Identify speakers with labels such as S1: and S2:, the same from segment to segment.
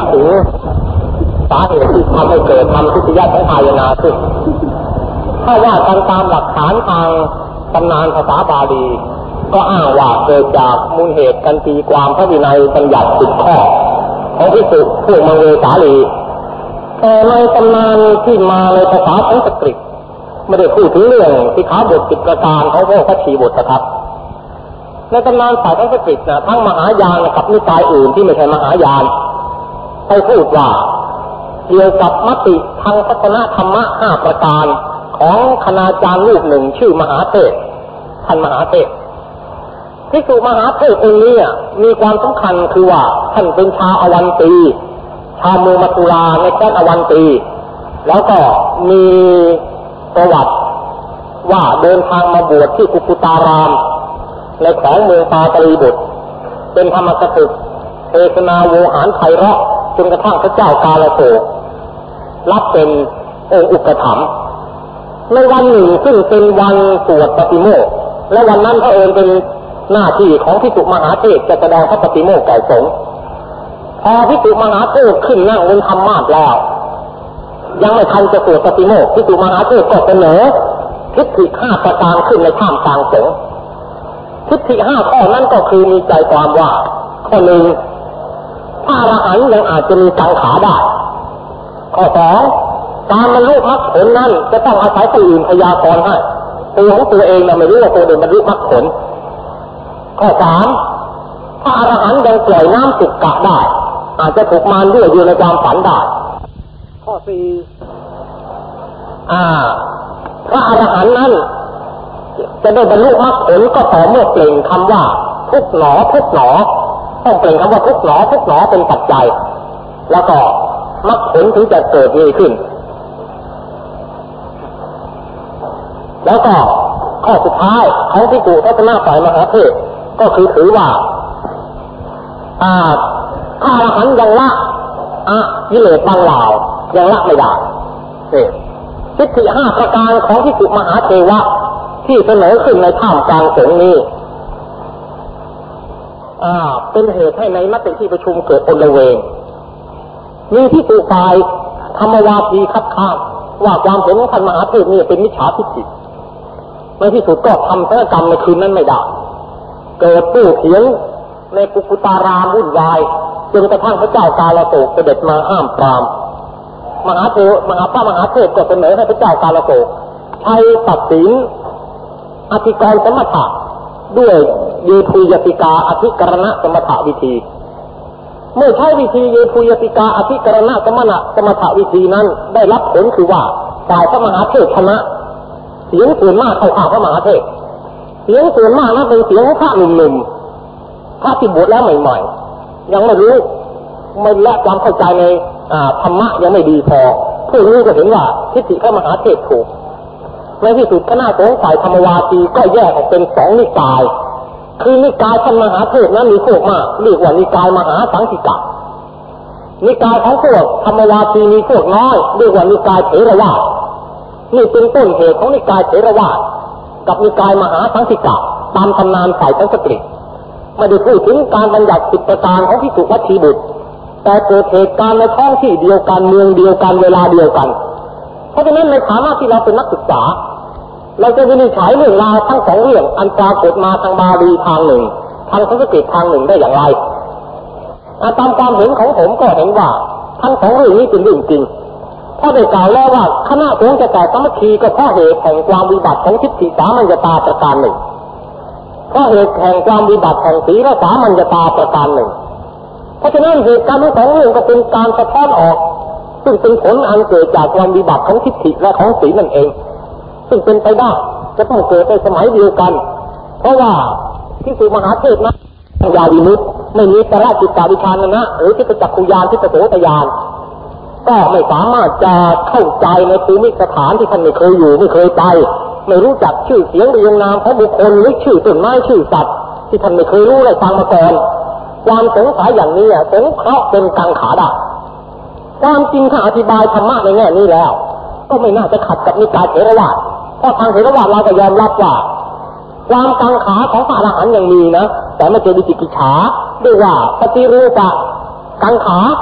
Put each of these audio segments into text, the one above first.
S1: ถึงสาเหตุที่ทำให้เกิดธรรมทุติยสังขารนาขึ้นถ้าว่ากันตามหลักฐานทางตำนานภาษาบาลีก็อ้างว่าเกิดจากมูลเหตุกันตีความพระวินัยบัญญัติ10 ข้อของภิกษุพวกมังเวสาลีแต่ในตำนานที่มาในภาษาสันสกฤตไม่ได้พูดถึงเรื่องสิกขาบท10 ประการของพระคัชชีบทนะครับในตำนานสายสันสกฤตทั้งมหายานกับนิกายอื่นที่ไม่ใช่มหายานให้พูดว่าเกี่ยวกับมติทางทัศนธรรมะ5 ประการของคณาจารย์รูปหนึ่งชื่อมหาเทพท่านมหาเทพภิกษุมหาเทพองค์นี้มีความสำคัญคือว่าท่านเป็นชาวอวันตีชาวเมืองมัทุราในแคว้นอวันตีแล้วก็มีประวัติว่าเดินทางมาบวชที่กุกุตารามในแขวงเมืองปาตลีบุตรเป็นธรรมกถึกเทศนาโวหารไพเราะจนกระทั่งพระเจ้ากาลโศกรับเป็นองค์อุปถัมภ์ในวันหนึ่งซึ่งเป็นวันสวดปฏิโมกข์และวันนั้นพระองค์เป็นหน้าที่ของภิกษุมหาเทพจะแสดงพระปฏิโมกข์แก่สงฆ์พอภิกษุมหาเทพขึ้นนั่งบนธรรมาสน์แล้วยังไม่ทันจะสวดปฏิโมกข์ภิกษุมหาเทพก็เสนอทิฏฐิ5 ประการขึ้นในท่ามกลางสงฆ์ทิฏฐิ5 ข้อนั้นก็คือมีใจความว่าข้อ 1พระอรหันต์ยังอาจจะมีสังขารได้ข้อ 2การบรรลุมรรคผลนั้นจะต้องอาศัยผู้อื่นพยากรณ์ให้ตัวของตัวเองไม่รู้ว่าตัวเองบรรลุมรรคผลข้อ 3พระอรหันต์ยังปล่อยน้ำสุกกะได้อาจจะถูกมารยั่วอยู่ในความฝันได้ข้อ 4พระอรหันต์นั้นจะได้บรรลุมรรคผลก็ต่อเมื่อเปล่งคำว่าทุกหนอทุกหนอต้องเปล่งคำว่าทุกหนอทุกหนอเป็นปัจจัยแล้วก็มรรคผลถึงจะเกิดมีขึ้นแล้วก็ข้อสุดท้ายของภิกษุทัศนะฝ่ายมหาเทพก็คือถือว่าพระอรหันต์ยังละกิเลสบางเหล่ายังละไม่ได้ทิฏฐิ5 ประการของภิกษุมหาเทวะที่เสนอขึ้นในท่ามกลางสงฆ์นี้เป็นเหตุให้ในมติที่ประชุมเกิดโอลเวงมีภิกษุฝ่ายธรรมวาทีคัดค้านว่าความเห็นของท่านมหาเทพนี่เป็นมิจฉาทิฏฐิในที่สุดก็ทำศัลยกรรมในคืนนั้นไม่ได้เกิดตู้เถียงในกุกุตารามวุ่นวายจนกระทั่งพระเจ้ากาลโศกเสด็จมาห้ามปรามพระมหาเทพก็เสนอให้พระเจ้ากาลโศกใช้ตัดสินอธิกรณ์สมถะด้วยเยภูยติกาอธิกรณะสมถะวิธีเมื่อใช้วิธีเยภูยติกาอธิกรณะสมถะวิธีนั้นได้รับผลคือว่าฝ่ายพระมหาเทพชนะเสียงส่วนมากเข้าข้างพระมหาเทพเสียงส่วนมากนั้นเป็นเสียงของพระหนุ่มๆพระที่บวชแล้วใหม่ๆยังไม่รู้ไม่ละความเข้าใจในธรรมะยังไม่ดีพอพวกนี้ก็เห็นว่าทิฏฐิพระมหาเทพถูกในที่สุดคณะสงฆ์ฝ่ายธรรมวาทีก็แยกออกเป็น2 นิกายคือนิกายท่านมหาเทพนั้นมีพวกมากเรียกว่านิกายมหาสังคิกะนิกายของพวกธรรมวาทีมีพวกน้อยเรียกว่านิกายเถรวาทนี่เป็นต้นเหตุของนิกายเถรวาทกับนิกายมหาสังคิกะตามตำนานฝ่ายสันสกฤตไม่ได้พูดถึงการบัญญัติ10 ประการของภิกษุวัชชีบุตรแต่เกิดเหตุการณ์ในท้องที่เดียวกันเมืองเดียวกันเวลาเดียวกันเพราะฉะนั้นในฐานะที่เราเป็นนักศึกษาเราจะวินิจฉัยเรื่องราวทั้ง2 เรื่องอันปรากฏมาทางบาลีทางหนึ่งทางสันสกฤตทางหนึ่งได้อย่างไรตามความเห็นของผมก็เห็นว่าทั้ง2 เรื่องนี้เป็นเรื่องจริงเพราะได้กล่าวแล้วว่าคณะสงฆ์จะแตกสามัคคีก็เพราะเหตุแห่งความวิบัติของทิฏฐิสามัญญตาประการหนึ่งเพราะเหตุแห่งความวิบัติแห่งศีลสามัญญตาประการหนึ่งเพราะฉะนั้นเหตุการณ์ทั้ง2 เรื่องก็เป็นการสะท้อนออกซึ่งเป็นผลอันเกิดจากความวิบัติของทิฏฐิและของศีลนั่นเองซึ่งเป็นไปได้จะต้องเกิดในสมัยเดียวกันเพราะว่าภิกษุมหาเทพนั้นญาวิมุตติไม่มีตระจิตตวิชานะหรือทิฏฐจักขุญาณทิฏฐโสตญาณก็ไม่สามารถจะเข้าใจในภูมิสถานที่ท่านไม่เคยอยู่ไม่เคยไปไม่รู้จักชื่อเสียงเรียงนามของบุคคลหรือชื่อต้นไม้ชื่อสัตว์ที่ท่านไม่เคยรู้เลยฟังมาก่อนความสงสัยอย่างนี้สงเคราะห์เป็นกังขาได้ความจริงถ้าอธิบายธรรมะในแง่นี้แล้วก็ไม่น่าจะขัดกับนิกายเถรวาทเพราะทางเถรวาทเราก็ยอมรับว่าความกังขาของพระอรหันต์ยังมีนะแต่ไม่เจอวิจิกิจฉาด้วยว่าปฏิรูปกังขา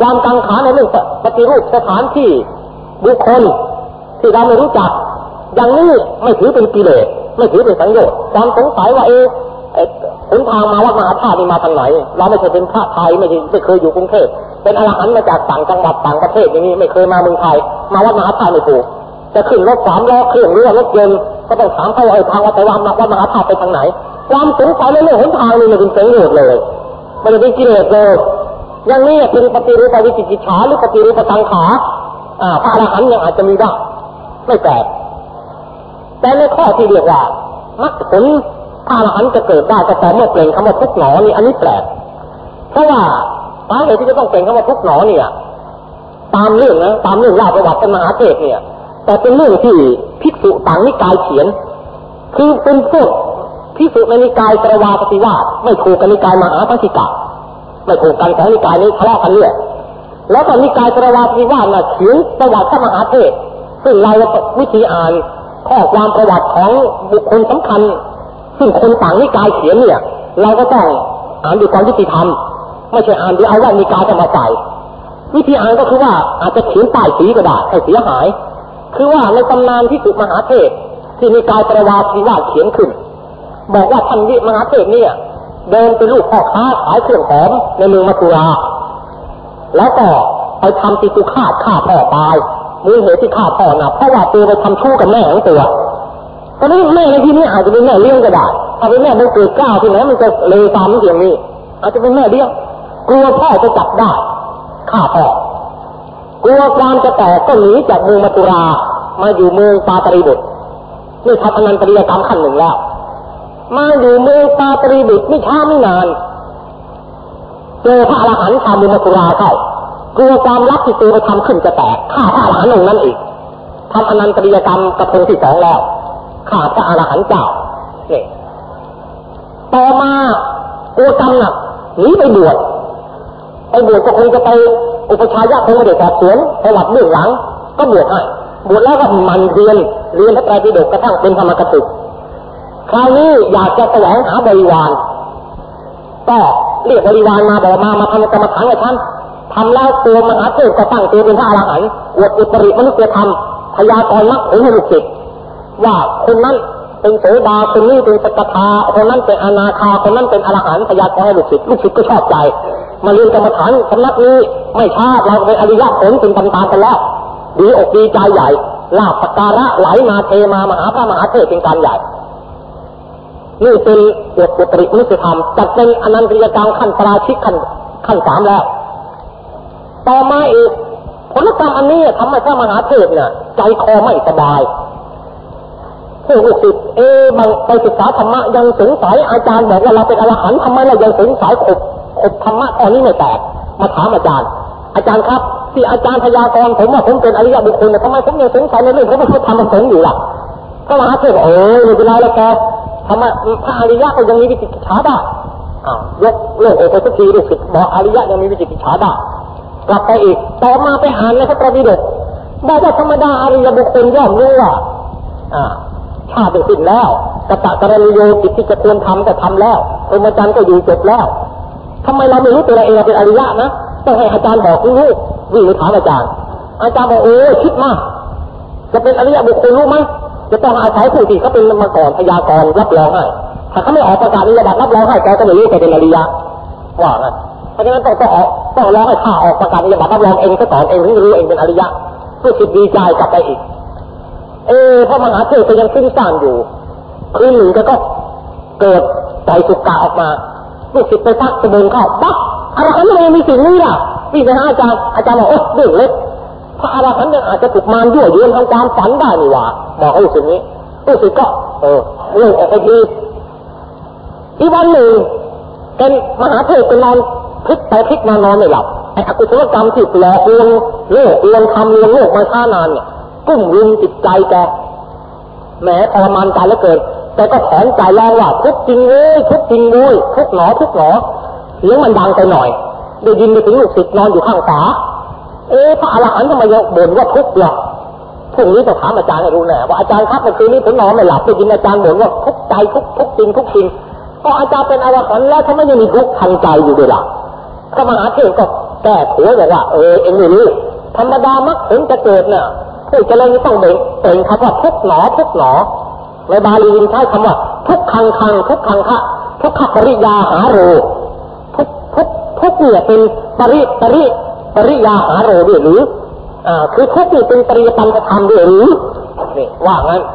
S1: ความกังขาในเรื่องปฏิรูปสถานที่บุคคลที่เราไม่รู้จักอย่างนี้ไม่ถือเป็นกิเลสไม่ถือเป็นสังโยชน์ความสงสัยว่าหนทางมาวัดมหาธาตุนี่มาทางไหนเราไม่ใช่เป็นพระไทยไม่เคยอยู่กรุงเทพเป็นอรหันต์มาจากต่างจังหวัดต่างประเทศอย่างนี้ไม่เคยมาเมืองไทยมาวัดมหาธาตุไม่ถูกจะขึ้นรถ3 ล้อเครื่องเรือรถยนต์ก็ต้องถามเขาว่าทางวัดแต่วัดมหาธาตุไปทางไหนความสงสัยในเรื่องหนทางนี่มันเป็นสังโยชน์เลยไม่ได้เป็นกิเลสเลยอย่างนี้เป็นปฏิรูปวิจิกิจฉาหรือปฏิรูปสังขารพระอรหันต์ยังอาจจะมีได้ไม่แปลกแต่ในข้อที่เรียกว่ามรรคผลพระอรหันต์จะเกิดได้ก็ต่อเมื่อเปล่งคำว่าทุกข์หนอนี่อันนี้แปลกเพราะว่าสาเหตุที่จะต้องเปล่งคำว่าทุกข์หนอเนี่ยตามเรื่องเล่าประวัติเป็นมหาเทพเนี่ยแต่เป็นเรื่องที่ภิกษุต่างนิกายเขียนคือเป็นพวกภิกษุในนิกายตรวาปฏิวาสไม่ถูกกับนิกายมหาปัญจิกะไม่ถูกกันของนิกายนี้ทะเลาะกันเนี่ยแล้วก็นิกายตรวาปฏิวาสน่ะเขียนประวัติพระมหาเทพซึ่งเราวิธีอ่านข้อความประวัติของบุคคลสำคัญซึ่งคนต่างนิกายเขียนเนี่ยเราก็ต้องอ่านด้วยความยุติธรรมไม่ใช่อ่านด้วยเอาว่านิกายจะมาใส่วิธีอ่านก็คือว่าอาจจะเขียนป้ายสีก็ได้ให้เสียหายคือว่าในตำนานที่สุมหาเทพที่นิกายตรวาปฏิวาสเขียนขึ้นบอกว่าท่านมหาเทพเนี่ยเดินเป็นลูกพ่อค้าขายเครื่องหอมในเมืองมัทุราแล้วก็ไปทำติตุฆาตฆ่าพ่อตายมูลเหตุที่ฆ่าพ่อนะเพราะว่าตัวไปทำชู้กับแม่ของตัวตอนนี้แม่ในที่นี้อาจจะเป็นแม่เลี้ยงก็ได้ถ้าเป็นแม่มันเกิดกล้าที่ไหนมันจะเลวตามอย่างนี้อาจจะเป็นแม่เลี้ยงกลัวพ่อจะจับได้ฆ่าพ่อกลัวความจะแตกก็หนีจากเมืองมัทุรามาอยู่เมืองปาตรีบุตรนี่ทำอนันตริยกรรมขั้นหนึ่งแล้วมาอยู่เมืองปาตรีบุตรไม่ช้าไม่นานเจอพระอรหันต์ชาวเมืองมัทุราเข้ากลัวความลับที่ตัวไปทำขึ้นจะแตกฆ่าพระอรหันต์องค์นั้นอีกทำอนันตริยกรรมกับคนที่2แล้วฆ่าพระอรหันต์เจ้าเนี่ยต่อมากลัวกรรมหนักหนีไปบวชก็คงจะไปอุปชายะคงไม่ได้สอบสวนประวัติเบื้องหลังก็บวชให้บวชแล้วก็มันเรียนพระไตรปิฎกกระทั่งเป็นธรรมกถึกคราวนี้อยากจะแสวงหาบริวารก็เรียกบริวารมาบอกมาทำกรรมฐานกับท่านทำแล้วตัวมหาเทพก็ตั้งตัวเป็นพระอรหันต์อวดอุตริมนุษยธรรมพยากรณ์มรรคผลให้ลูกศิษย์ว่าคนนั้นเป็นโสดาคนนี้เป็นสกทาคนนั้นเป็นอนาคาคนนั้นเป็นอรหันต์พยากรณ์ให้ลูกศิษย์ก็ชอบใจมาเรียนกรรมฐานสำนักนี้ไม่ช้าเราเป็นอริยผลเป็นตามกันแล้วดีอกดีใจใหญ่ลาภสักการะไหลมาเทมามาหาพระมหาเทพเป็นการใหญ่นี่เป็นอวดอุตริมนุษยธรรมจัดเป็นอนันตริยกรรมขั้นปราชิกขั้น3แล้วต่อมาอีกผลกรรมอันนี้ทำให้พระมหาเทพเนี่ยใจคอไม่สบายผู้ลูกศิษย์บางไปศึกษาธรรมะยังสงสัยอาจารย์บอกว่าเราเป็นอรหันต์ทำไมเรายังสงสัยขบธรรมะตอนนี้ไม่แตกมาถามอาจารย์ครับที่อาจารย์พยากรณ์ผมว่าผมเป็นอริยบุคคลแต่ทำไมผมยังสงสัยในเรื่องพระพุทธธรรมสงฆ์อยู่ล่ะพระมหาเทพไม่เป็นไรแล้วแกทำไมพระอริยะก็ยังมีวิจิกิจฉาได้ยกเลิกไปสักทีลูกศิษย์บอกอริยะยังมีวิจิกิจฉาได้กลับไปอีกต่อมาไปอ่านในพระไตรปิฎกบอกว่าธรรมดาอริยบุคคลย่อมรู้ว่าชาติสิ้นแล้วกตกรณีโยกิจที่จะควรทำแต่ทำแล้วพรหมจรรย์ก็อยู่จบแล้วทำไมเราไม่รู้ตัวเราเองเป็นอริยะนะต้องให้อาจารย์บอกรู้วิ่งไปถามอาจารย์บอกคิดมากจะเป็นอริยบุคคลรู้ไหมจะต้องอาศัยผู้ที่เขาเป็นมาก่อนพยากรณ์รับรองให้ถ้าเขาไม่ออกประกาศนิยบัตรรับรองให้แกก็ไม่รู้แกเป็นอริยะว่าไงเพราะฉะนั้นต้องร้องให้ข้าออกประกาศนิยบัตรรับรองเองซะก่อนเองถึงรู้เองเป็นอริยะผู้ศิษย์ดีใจกลับไปอีกพระมหาเทพก็ยังซึ้งซ่านอยู่คืนหนึ่งก็เกิดใจสุกะออกมาลูกศิษย์ไปซักตะเบินเข้าบักอรหันต์ทำไมมีสิ่งนี้ล่ะวิ่งไปหาอาจารย์บอกเรื่องเล็กพระอรหันต์เนี่ยอาจจะถูกมารยั่วยวนทางความฝันได้นี่หว่าบอกให้ลูกศิษย์นี้ลูกศิษย์ก็เลิกออกไปทีอีกวันหนึ่งเป็นมหาเทพไปนอนพลิกไปพลิกมานอนไม่หลับอกุศลกรรมที่หลอกลวงทำลวงโลกมาช้านานเนี่ยกุ้มรุมจิตใจแกแหมทรมานใจเหลือเกินแต่ก็ถอนใจร้องว่าทุกจริงเว้ยทุกจริงเว้ยทุกหนอเสียงมันดังไปหน่อยได้ยินไปถึงลูกศิษย์นอนอยู่ข้างฝาพระอรหันต์ทำไมยังบ่นว่าทุกข์ล่ะพรุ่งนี้จะถามอาจารย์ให้รู้แน่ว่าอาจารย์ครับเมื่อคืนนี้ผมนอนไม่หลับได้ยินอาจารย์บ่นว่าทุกใจทุกจริงก็อาจารย์เป็นอรหันต์แล้วทำไมยังมีทุกข์ทางใจอยู่ด้วยล่ะพระมหาเทพก็แก้ขัวบอกว่าเองไม่รู้ธรรมดามรรคผลจะเกิดเนี่ยผู้เจริญต้องเบ่งคำว่าทุกหนอทุกหนอในบาลีใช้คำว่าทุกขังคังทุกขังคะทุกขปริยาหาโรทุกเนี่ยเป็นปริยาหาโรด้วยหรือคือทุกนี่เป็นปริยปันธรรมด้วยหรือนี่ว่างั้น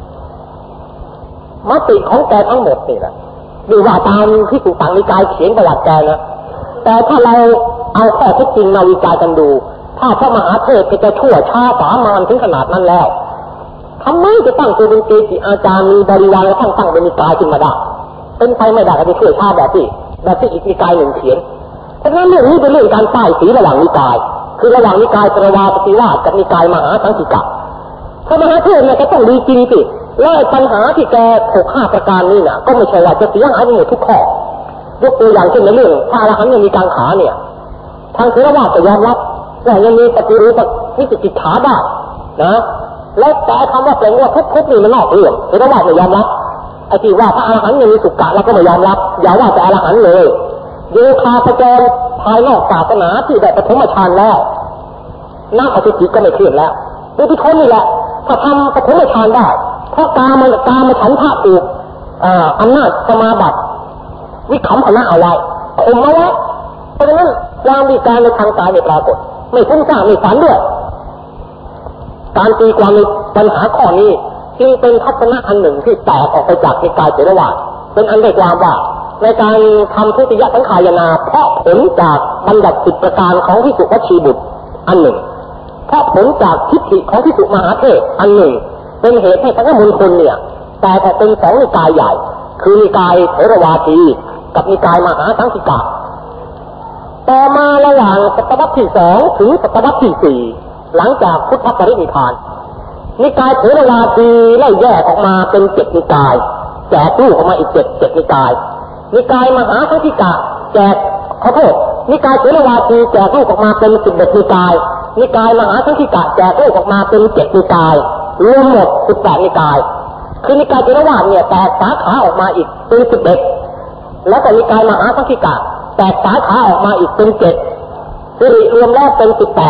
S1: มติของแกทั้งหมดนี่แหละดูว่าตามที่สุสังนิกายเขียนประวัติแกนะแต่ถ้าเราเอาข้อเท็จจริงมาวิจัยกันดูถ้าพระมหาเทพจะชั่วช้าสามานถึงขนาดนั้นแล้วทำไมจะตั้งตัวเป็นเกจิอาจารย์มีบริวารและตั้งเป็นนิกายขึ้นมาได้เป็นไปไม่ได้ก็จะชั่วช้าแบบที่อีกนิกายหนึ่งเขียนเพราะฉะนั้นเรื่องนี้เป็นเรื่องการป้ายสีระหว่างนิกายคือระหว่างนิกายตรวาปฏิวาสกับนิกายมหาสังคิกะพระมหาเทพเนี่ยก็ต้องดีจริงสิแล้วปัญหาที่แกถก5ประการนี้น่ะก็ไม่ใช่ว่าจะเสียหายไปหมดทุกข้อยกตัวอย่างเช่นในเรื่องพระอรหันต์ยังมีกางขาเนี่ยทางเทรวาสก็ยอมรับว่ายังมีปฏิรูปวิจิตรขาได้นะและแต่คำว่าแปลว่าทุกนี่มันนอกเรื่องเทรวาสไม่ยอมรับไอ้ที่ว่าพระอรหันต์ยังมีสุกะแล้วก็ไม่ยอมรับอย่าว่าแต่อรหันต์เลยโยคาพจรภายนอกศาสนาที่ได้ปฐมฌานแล้วน้ำอสุจิก็ไม่เคลื่อนแล้วดูที่คนนี่แหละถ้าทำปฐมฌานได้เพราะการมาฉันทะถูกอำนาจสมาบัติวิคัมภนะเอาไว้ข่มเอาไว้เพราะฉะนั้นความมีการในทางกายไม่ปรากฏไม่ฟุ้งซ่านไม่ฝันด้วยการตีความในปัญหาข้อนี้จึงเป็นทัศนะอันหนึ่งที่แตกออกไปจากนิกายเถรวาทเป็นอันได้ความว่าในการทำทุติยสังขายนาเพราะผลจากบัญญัติ10ประการของภิกษุวัชชีบุตรอันหนึ่งเพราะผลจากทิฏฐิของภิกษุมหาเถรอันหนึ่งเป็นเหตุให้พระมณฑลเนี่ยแต่ออกเป็น2นิกายใหญ่คือนิกายเถรวาทีกับนิกายมหาสังคิกะต่อมาระหว่างศตวรรษที่2ถึงศตวรรษที่4หลังจากพุทธปรินิพพานนิกายเถรวาทีไล่แยกออกมาเป็น7นิกายแจกลูกออกมาอีก7นิกายนิกายมหาสังคิกะแจกขอโทษนิกายเถรวาทีแจกลูกออกมาเป็น11นิกายนิกายมหาสังคิกะแจกลูกออกมาเป็น7นิกายรวมหมด18นิกายคือนิกายเถรวาทเนี่ยแตกสาขาออกมาอีกเป็น11แล้วก็นิกายมหาสังคิกะแตกสาขาออกมาอีกเป็น7สิริรวมแล้วเป็น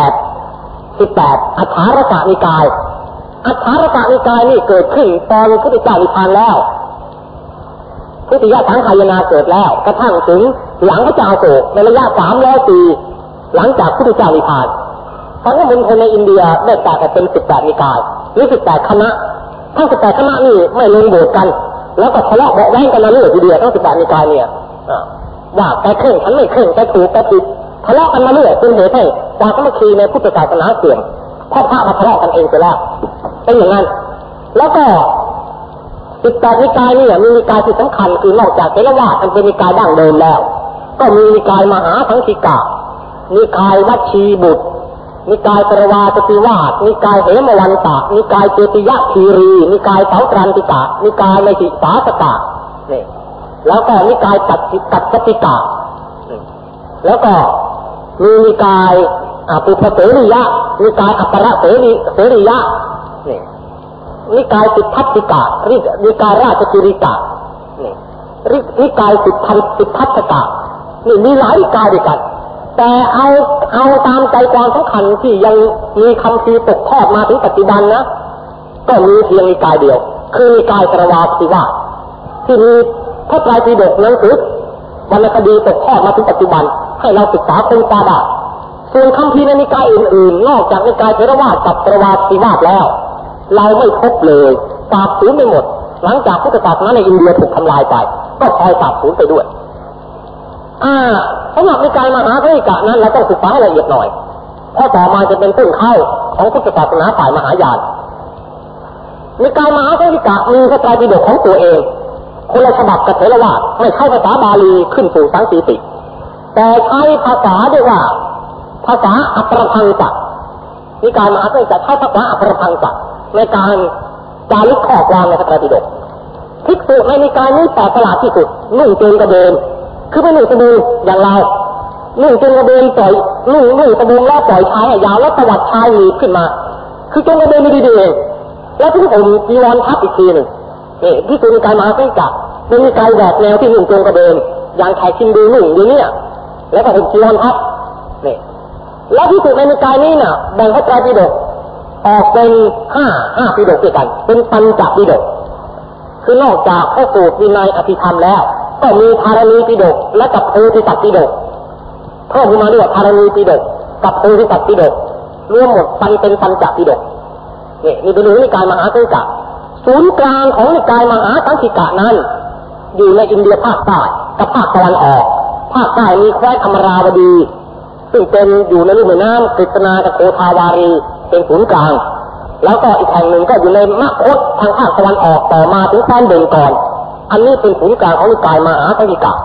S1: 18อัฏฐารกนิกายอัฏฐารกนิกายนี่เกิดขึ้นตอนพุทธเจ้านิพพานแล้วพุทธิยสังขายนาเกิดแล้วกระทั่งถึงหลังพระเจ้าโศกในระยะ300 ปีหลังจากพุทธเจ้านิพพานพระมณฑลในอินเดียได้แตกเป็น18นิกายหรือ18คณะทั้ง18คณะนี่ไม่ลงโบสถ์กันแล้วก็ทะเลาะเบาะแว้งกันมาเรื่อยทีเดียวทั้ง18นิกายเนี่ยว่าแกเคร่งฉันไม่เคร่งแกถูกแกผิดทะเลาะกันมาเรื่อยเป็นเหตุให้ความสามัคคีในพุทธศาสนาเสื่อมเพราะพระมาทะเลาะกันเองไปแล้วเป็นอย่างนั้นแล้วก็18นิกายนี่มีนิกายที่สำคัญคือนอกจากเถรวาทมันเป็นนิกายดั้งเดิมแล้วก็มีนิกายมหาสังคิกะนิกายวัชชีบุตรนิกายตรวาปฏิวาสนิกายเหมวันตะนิกายเจติยคีรีนิกายเสาตรันติกะนิกายไมหิสาสกะนี่แล้วก็นิกายกัจจิกะแล้วก็มีนิกายปุพเสริยะนิกายอัปปะเสริยะนี่นิกายสิทธัตติกะนิกายราชกิริกะนี่นิกายสิทธัตถกะนี่มีหลายนิกายด้วยกันแต่เอาตามใจความสำคัญที่ยังมีคำพีตกทอดมาถึงปัจจุบันนะก็มีเพียงนิกายเดียวคือนิกายตรวาปฏิวาสที่มีพระไตรปิฎกหนังสือวรรณคดีตกทอดมาถึงปัจจุบันให้เราศึกษาค้นคว้าได้ส่วนคำพีในนิกายอื่นๆนอกจากนิกายเถรวาทกับตรวาปฏิวาสแล้วเราไม่พบเลยสาบสูญไปหมดหลังจากพุทธศาสนาในอินเดียถูกทำลายไปก็คอยสาบสูญไปด้วยสำหรับนิกายมหาสังคิกะนั้นเราต้องศึกษาให้ละเอียดหน่อยเพราะต่อมาจะเป็นต้นเข้าของพุทธศาสนาฝ่ายมหายานนิกายมหาสังคิกะมีพระไตรปิฎกของตัวเองคนละฉบับกับเถรวาทไม่ใช่ภาษาบาลีขึ้นสู่สันสกฤตแต่ใช้ภาษาเรียกว่าภาษาอัปรพังสะนิกายมหาสังคิกะใช้ภาษาอัปรพังสะในการจารึกข้อความในพระไตรปิฎกภิกษุในนิกายนี้แปลกประหลาดที่สุดนุ่งโจงกระเบนคือไม่นุ่งสบงอย่างเรานุ่งโจงกระเบนปล่อยนุ่งสบงแล้วปล่อยชายให้ยาวแล้วตวัดชายหนีบขึ้นมาคือโจงกระเบนไม่ดีเองแล้วที่ผมจีวรทับอีกทีหนึ่งนี่ที่สุดนิกายมหาสังคิกะเป็นนิกายแบบแนวที่นุ่งโจงกระเบนอย่างแขกชินดูนุ่งอย่างนี้แล้วก็ผมจีวรทับนี่แล้วที่สุดในนิกายนี้น่ะแบ่งพระไตรปิฎกออกเป็นห้าปิฎกด้วยกันเป็นปัญจปิฎกคือนอกจากพระสูตรวินัยอภิธรรมแล้วก็มีธารณีปิฎกและกับโพธิสัตว์ปิฎกเพิ่มขึ้นมาด้วยธารณีปิฎกกับโพธิสัตว์ปิฎกรวมหมดเป็นปัญจปิฎกนี่เป็นเรื่องนิกายมหาสังฆะศูนย์กลางของนิกายมหาสังฆะนั้นอยู่ในอินเดียภาคใต้กับภาคตะวันออกภาคใต้มีแคว้นอมราวดีซึ่งเป็นอยู่ในลุ่มแม่น้ำกฤษณากับโคทาวารีเป็นศูนย์กลางแล้วก็อีกแห่งหนึ่งก็อยู่ในมคธทางภาคตะวันออกต่อมาถึงแคว้นเบงกอลอันนี้เป็นศูนย์กลางของนิกายมหาสังฆะ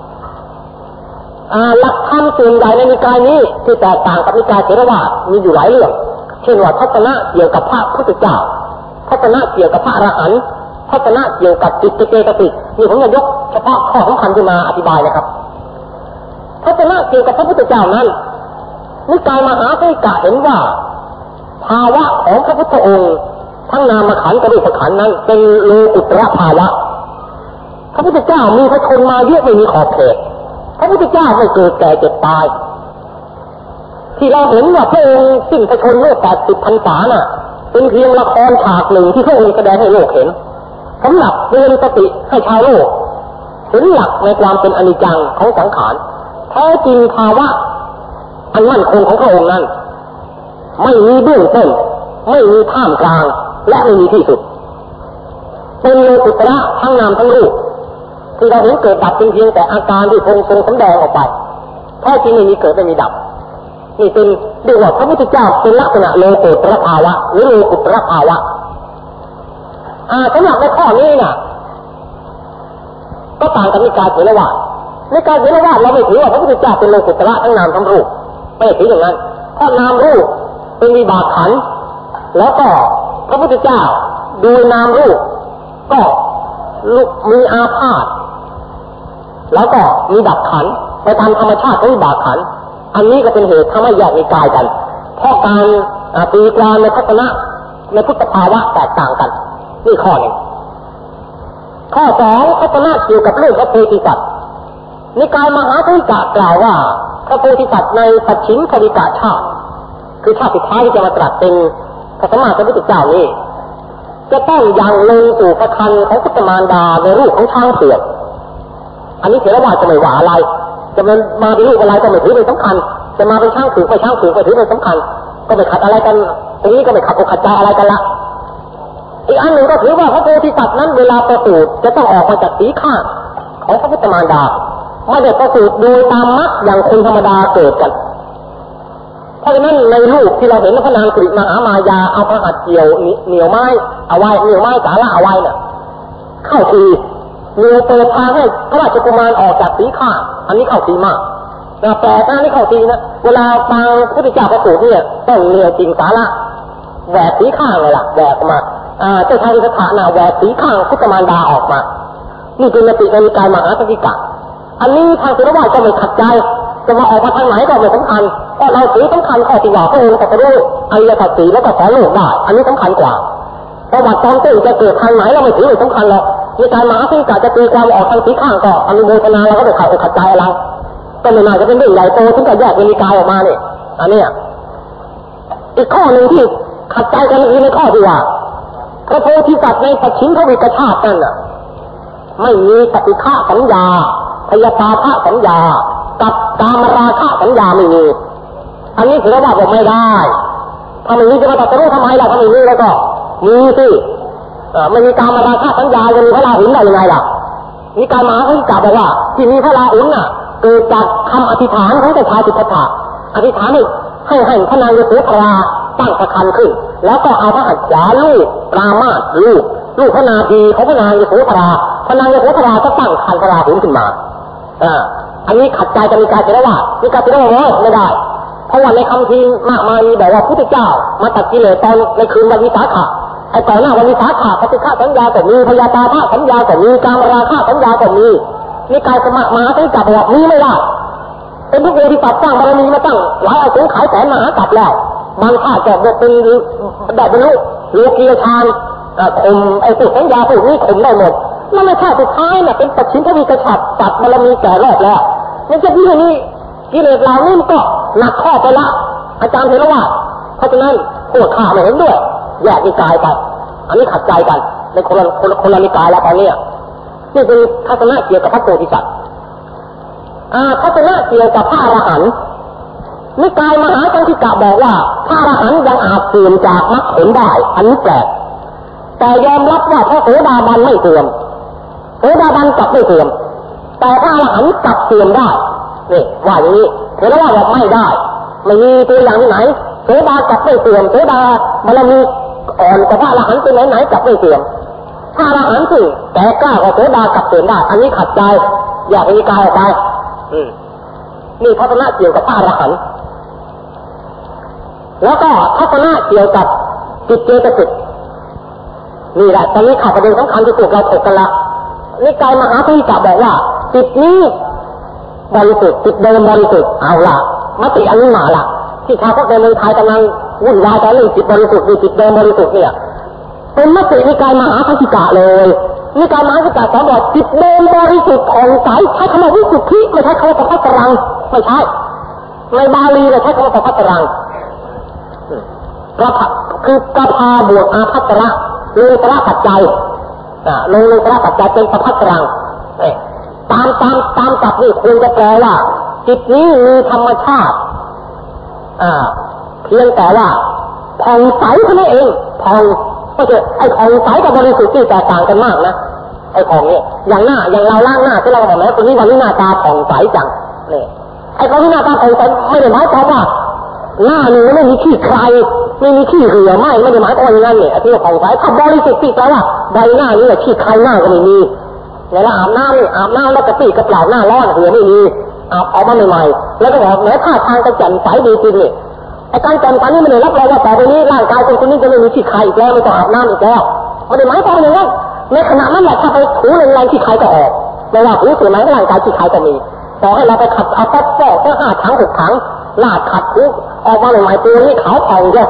S1: หลักธรรมส่วนใหญ่ในนิกายนี้ที่แตกต่างกับนิกายเถรวาทมีอยู่หลายเรื่องเช่นว่าทัศนะเกี่ยวกับพระพุทธเจ้าทัศนะเกี่ยวกับพระอรหันต์ทัศนะเกี่ยวกับจิตเจตสิกนี่ผมจะยกเฉพาะข้อสำคัญขึ้นมาอธิบายนะครับทัศนะเกี่ยวกับพระพุทธเจ้านั้นนิกายมหาสังฆะเห็นว่าภาวะของพระพุทธองค์ทั้งนามขันธ์กับรูปขันธ์นั้นเป็นโลกุตระภาวะพระพุทธเจ้ามีพระชนมาเยอะไม่มีขอบเขตพระพุทธเจ้าไม่เกิดแก่เจ็บตายที่เราเห็นว่าพระองค์สิ้นพระชนม์เมื่อ80 พรรษาน่ะเป็นเพียงละครฉากหนึ่งที่พระองค์แสดงให้โลกเห็นสำหรับเตือนสติให้ชาวโลกเห็นหลักในความเป็นอนิจจังของสังขารแท้จริงภาวะอันมั่นคงของพระองค์นั้นไม่มีเบื้องต้นไม่มีท่ามกลางและไม่มีที่สุดเป็นโลกุตระทั้งนามทั้งรูปที่เราเห็นเกิดดับเป็นเพียงแต่อาการที่ทรงสำแดงออกไปแท้จริงไม่มีเกิดไม่มีดับนี่เป็นเรียกว่าพระพุทธเจ้าเป็นลักษณะโลกุตระภาวะหรือโลกุตระภาวะสำหรับในข้อนี้น่ะก็ต่างกับนิกายเถรวาทนิกายเถรวาทเราไม่ถือว่าพระพุทธเจ้าเป็นโลกุตระทั้งนามทั้งรูปไม่ถืออย่างนั้นเพราะนามรูปเป็นวิบากขันธ์แล้วก็พระพุทธเจ้าดูนามรูปก็มีอาพาธแล้วก็มีดับขันธ์ไปตามธรรมชาติของวิบากขันธ์อันนี้ก็เป็นเหตุทำให้แยกนิกายกันเพราะการตีความในทัศนะในพุทธภาวะแตกต่างกันนี่ข้อหนึ่งข้อสองทัศนะเกี่ยวกับเรื่องพระโพธิสัตว์นิกายมหาสังฆะกล่าวว่าพระโพธิสัตว์ในปัจฉิมภวิกาชาติคือชาติสุดท้ายที่จะมาตรัสเป็นพระสัมมาสัมพุทธเจ้านี้จะต้องยังลงสู่พระครรภ์ของพุทธมารดาในรูปของช้างเผือกอันนี้เถรวาทจะไม่ว่าอะไรจะมาเป็นรูปอะไรก็ไม่ถือเป็นสำคัญจะมาเป็นช้างเผือกไม่ช้างเผือกก็ถือเป็นสำคัญก็ไม่ขัดอะไรกันตรงนี้ก็ไม่ขัดอกขัดใจอะไรกันละอีกอันหนึ่งก็ถือว่าพระโพธิสัตว์นั้นเวลาประสูติจะต้องออกมาจากสีข้างของพระพุทธมารดาไม่ได้ประสูติโดยตามมรรคอย่างคนธรรมดาเกิดกันเพราะฉะนั้นในรูปที่เราเห็นพระนางสิริมหามายาเอาพระหัตถ์เกี่ยวเหนียวไม้เอาไว้เหนียวไม้สาระเอาไว้น่ะเข้าทีเหนียวเปิดทางให้พระราชกุมารออกจากสีข้างอันนี้เข้าทีมากแต่หน้านี่เข้าทีนะเวลาฟังพระพุทธเจ้าประสูติเนี่ยต้องเหนียวจริงสาระแหวกสีข้างเลยล่ะแหวกมาเจ้าชายสิทธัตถะน่ะแหวกสีข้างพุทธมารดาออกมานี่เป็นมติในนิกายมหาสังฆะอันนี้ทางเถรวาทก็ไม่ขัดใจจะมาออกมาทางไหนก็ไม่สำคัญเพราะเราถือสำคัญข้อที่ว่าพระองค์จะรู้อริยสัจสี่แล้วก็สอนโลกได้อันนี้สำคัญกว่าประวัติตอนต้นจะเกิดทางไหนเราไม่ถือไม่สำคัญหรอกนิกายมหาสังฆะจะตีความออกทางสีข้างก็อนุโมทนาเราก็ไม่ขัดอกขัดใจอะไรก็ไม่น่าจะเป็นเรื่องใหญ่โตถึงจะแยกเป็นนิกายออกมาเนี่ยอันนี้อีกข้อหนึ่งที่ขัดใจกันคือในข้อที่ว่าพระโพธิสัตว์ในปัจฉิมภวิกชาตินั่นน่ะไม่มีปฏิฆะสัญญาพยาบาทสัญญากับกามราคะสัญญาไม่มีอันนี้ถือว่าบอกไม่ได้ถ้าไม่มีจะมาตัดรู้ทำไมล่ะถ้าไม่มีแล้วก็มีสิไม่มีกามราคะสัญญาจะมีพระราหุลได้ยังไงล่ะนิกายมหาสังฆะบอกว่าที่มีพระราหุลน่ะเกิดจากคำอธิษฐานของเจ้าชายสิทธัตถะอธิษฐานให้พระนางยโสธราตั้งพระครรภ์ขึ้นแล้วก็เอาพระหัตถ์ขวาลูกปรามาสลูกพระนาทีของพระนางยโสธราพระนางยโสธราก็ตั้งครรภ์พระราหุลขึ้นมาอันนี้ขัดใจกับนิกายเถรวาทนิกายเถรวาทไม่ได้เพราะว่าในคำพีมากมายมีแบบว่าพุทธเจ้ามาตัดกิเลสตอนในคืนวันวิสาขะไอ้ก่อนหน้าวันวิสาขะปฏิฆะสัญญาก็มีพยาบาทสัญญาก็มีกามราคะสัญญาก็มีนิกายสมะมหาสังฆะบอกว่ามีไม่ได้เป็นพระโพธิสัตว์สร้างบารมีมาตั้งหลายอสงไขยแสนมหากัปแล้วบางข้าจะบอกเป็นได้บรรลุโลกียฌานข่มไอ้พวกสัญญาพวกนี้ข่มได้หมดแล้วในชาติสุดท้ายน่ะเป็นปัจฉิมภวิกชาติตัดบารมีแก่รอบแล้วมันจะที่นี่กิเลสเหล่านี้มันก็หนักข้อไปละอาจารย์เห็นแล้วว่าเพราะฉะนั้นพวกข้าไม่เห็นด้วยแยกนิกายไปอันนี้ขัดใจกันในคนละนิกายแล้วตอนนี้นี่เป็นทัศนะเกี่ยวกับพระโพธิสัตว์ทัศนะเกี่ยวกับพระอรหันต์นิกายมหาสังฆิกะบอกว่าพระอรหันต์ยังอาจเสื่อมจากมรรคผลได้อันนี้แปลกแต่ยอมรับว่าพระโสดาบันไม่เสื่อมโสดาบันกลับไม่เสื่อมแต่พระอรหันต์กลับเสื่อมได้นี่ว่าอย่างนี้เห็นแล้วว่าไม่ได้ไม่มีตัวอย่างที่ไหนโสดากลับไม่เสื่อมโสดาบารมีอ่อนกว่าพระอรหันต์เป็นไหนกลับไม่เสื่อมพระอรหันต์สิแต่กล้ากว่าโสดากลับเสื่อมได้อันนี้ขัดใจอยากให้นิกายออกไปนี่ทัศนะเกี่ยวกับพระอรหันต์แล้วก็ทัศนะเกี่ยวกับจิตเจตสิกนี่แหละตอนนี้ข่าวประเด็นสำคัญที่พวกเราถกกันละนิกายมหาสังฆิกะบอกว่าจิตนี้บริสุทธิ์จิตเดิมบริสุทธิ์เอาละมติอันนี้มาละที่ชาวพุทธในเมืองไทยกำลังวุ่นวายแต่เรื่องจิตบริสุทธิ์จิตเดิมบริสุทธิ์เนี่ยเป็นมตินิกายมหาสังฆิกะเลยนิกายมหาสังฆิกะสอนบอกจิตเดิมบริสุทธิ์ของใสใช้คำว่าวิสุทธิไม่ใช้คำว่าประภัสรังไม่ใช่ในบาลีเลยใช้คำว่าประภัสรังคือกระพาบวกอาภัสระโลตระปัจจัยโลตระปัจจัยเป็นประภัสรังตามศัพท์นี่ควรจะแปลว่าจิตนี้มีธรรมชาติเพียงแต่ว่าผ่องใสเท่านั้นเองผ่องก็คือไอ้ผ่องใสกับบริสุทธิ์ที่แตกต่างกันมากนะไอ้ผ่องเนี่ยอย่างเราล้างหน้าที่เราบอกแม้คนนี้วันนี้หน้าตาผ่องใสจังเนี่ยไอ้คนที่หน้าตาผ่องใสไม่ได้หมายความว่าหน้านี่ไม่มีขี้ใครไม่มีขี้เหือไม่ได้หมายความอย่างนั้นเนี่ยที่ผ่องใสถ้าบริสุทธิ์ที่แปลว่าใบหน้านี่แหละขี้ใครหน้าก็ไม่มีแล้วอาบน้ำแล้วกระปี้กระเป๋าหน้าร้อนเหือไม่มีอาบออกมาใหม่ๆแล้วก็บอกแม้ท่าทางจะแจ่มใสดีจริงเนี่ยไอ้การแจ่มใสนี่มันเลยรับรองว่าต่อไปนี้ร่างกายคนนี้จะไม่มีขี้ใครอีกแล้วไม่ต้องอาบน้ำอีกแล้วไม่ได้หมายความอย่างนั้นในขณะนั้นแหละถ้าไปถูแรงๆขี้ใครก็ออกไม่ว่าถูส่วนไหนร่างกายขี้ใครก็มีต่อให้เราไปขัดเอาแป๊บแค่5 ถัง 6 ถังลาดขัดถูออกมาใหม่ๆตัวนี้ขาวผ่องจ้ะ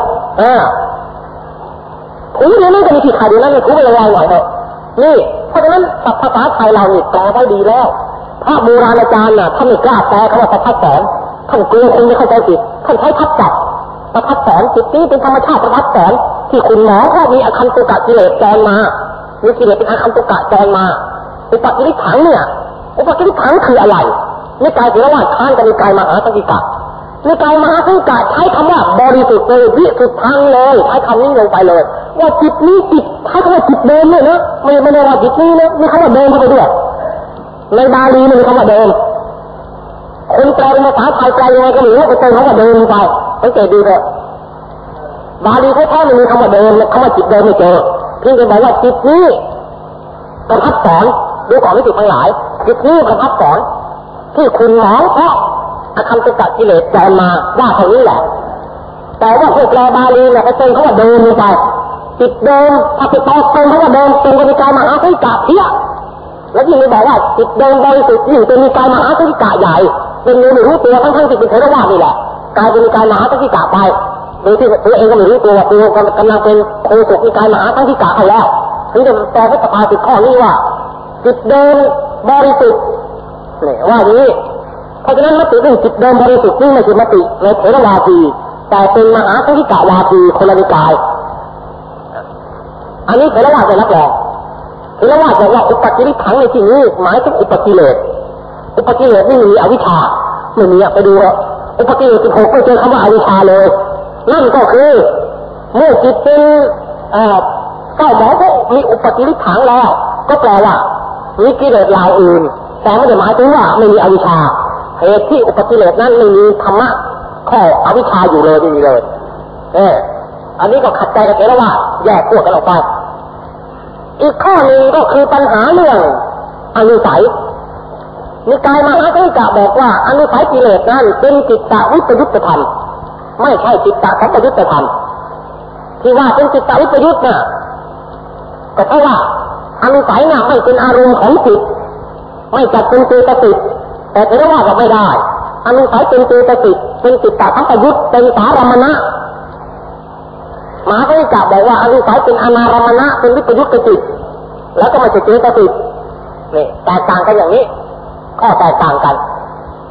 S1: ถูเดี๋ยวนี้ก็มีขี้ใครเดี๋ยวนั้นถูไปแรงๆหน่อยเถอะนี่เพราะฉะนั้นภาษาไทยเรานี่แปลไว้ดีแล้วพระโบราณอาจารย์น่ะท่านไม่กล้าแปลคำว่าประภัสสรท่านกลัวคนไม่เข้าใจผิดท่านใช้ทับศัพท์ประภัสสรจิตนี้เป็นธรรมชาติประภัสสรที่คุณหมอเขามีอคันตุกะกิเลสแจงมามีกิเลสเป็นอคันตุกะแจงมาอุปกิริถังเนี่ยอุปกิริถังคืออะไรนิกายเถรวาทค้านกับนิกายมหาสังฆิกะนิกายมหาสังฆิกะใช้คำว่าบริสุทธิ์เลยวิสุทธังเลยใช้คำนี้ลงไปเลยว่าจิตนี้จิตใช้คำว่าจิตเดิมเลยนะไม่ได้ว่าจิตนี้นะมีคำว่าเดิมเข้าไปด้วยในบาลีมันมีคำว่าเดิมคนแปลเป็นภาษาไทยแปลยังไงก็ไม่รู้ไปเติมคำว่าเดิมไปสังเกตดูเถอะบาลีแท้ๆมันมีคำว่าเดิมคำว่าจิตเดิมไม่เจอเพียงแต่บอกว่าจิตนี้ประภัสสรดูก่อนไม่ติดทั้งหลายจิตนี้ประภัสสรที่คุณหมอเพราะอคันตุกะกิเลสแจงมาว่าเท่านี้แหละแต่ว่าพวกแปลบาลีเนี่ยไปเติมคำว่าเดิมลงไปจิตเดิมถ้าไปต่อเติมคำว่าเดิมเป็นนิกายมหาสังฆิกะเพี้ยแล้วยิ่งบอกว่าจิตเดิมบริสุทธิ์ยิ่งเป็นนิกายมหาสังฆิกะใหญ่เป็นไม่รู้ตัวทั้งที่เป็นเถรวาทนี่แหละกลายเป็นนิกายมหาสังฆิกะไปโดยที่ตัวเองก็ไม่รู้ตัวว่าตัวกำลังเป็นโฆษกนิกายมหาสังฆิกะไปแล้วถึงจะแปลพระปาติข้อนี้ว่าจิตเดิมบริสุทธิ์เนี่ยว่าอย่างนี้เพราะฉะนั้นมติเรื่องจิตเดิมบริสุทธิ์นี่ไม่ใช่มติในเถรวาทีแต่เป็นมหาสังฆิกะวาทีคนละนิกายอันนี้เถรวาทจะรับรองเถรวาทบอกว่าอุปกิริถังในที่นี้หมายถึงอุปกิเลสอุปกิเลสนี่มีอวิชชาไม่มีไปดูอุปกิเลส16ไม่เจอคำว่าอวิชชาเลยนั่นก็คือเมื่อจิตเป็นเก้าหมอก็มีอุปกิริถังแล้วก็แปลว่ามีกิเลสเหล่าอื่นแต่ไม่ได้หมายถึงว่าไม่มีอวิชชาเหตุที่อุปกิเลสนั้นไม่มีธรรมะข้ออวิชชาอยู่เลยไม่มีเลยอันนี้ก็ขัดใจกับเถรวาทแยกพวกกันออกไปอีกข้อหนึ่งก็คือปัญหาเรื่องอนุสัยนิกายมหาสังฆิกะบอกว่าอนุสัยกิเลสนั้นเป็นจิตตวิปยุตธรรมไม่ใช่จิตตสัมปยุตธรรมที่ว่าเป็นจิตตวิปยุตน่ะก็เพราะว่าอนุสัยน่ะไม่เป็นอารมณ์ของจิตไม่จัดเป็นเจตสิกแต่เถรวาทก็ไม่ได้อนุสัยเป็นเจตสิกเป็นจิตตสัมปยุตเป็นสารมณะมหาสังฆิกะบอกว่าอนุสัยเป็นอนารมณะเป็นวิปยุตจิตแล้วก็ไม่ใช่เจตสิกนี่แตกต่างกันอย่างนี้ข้อแตกต่างกันเพ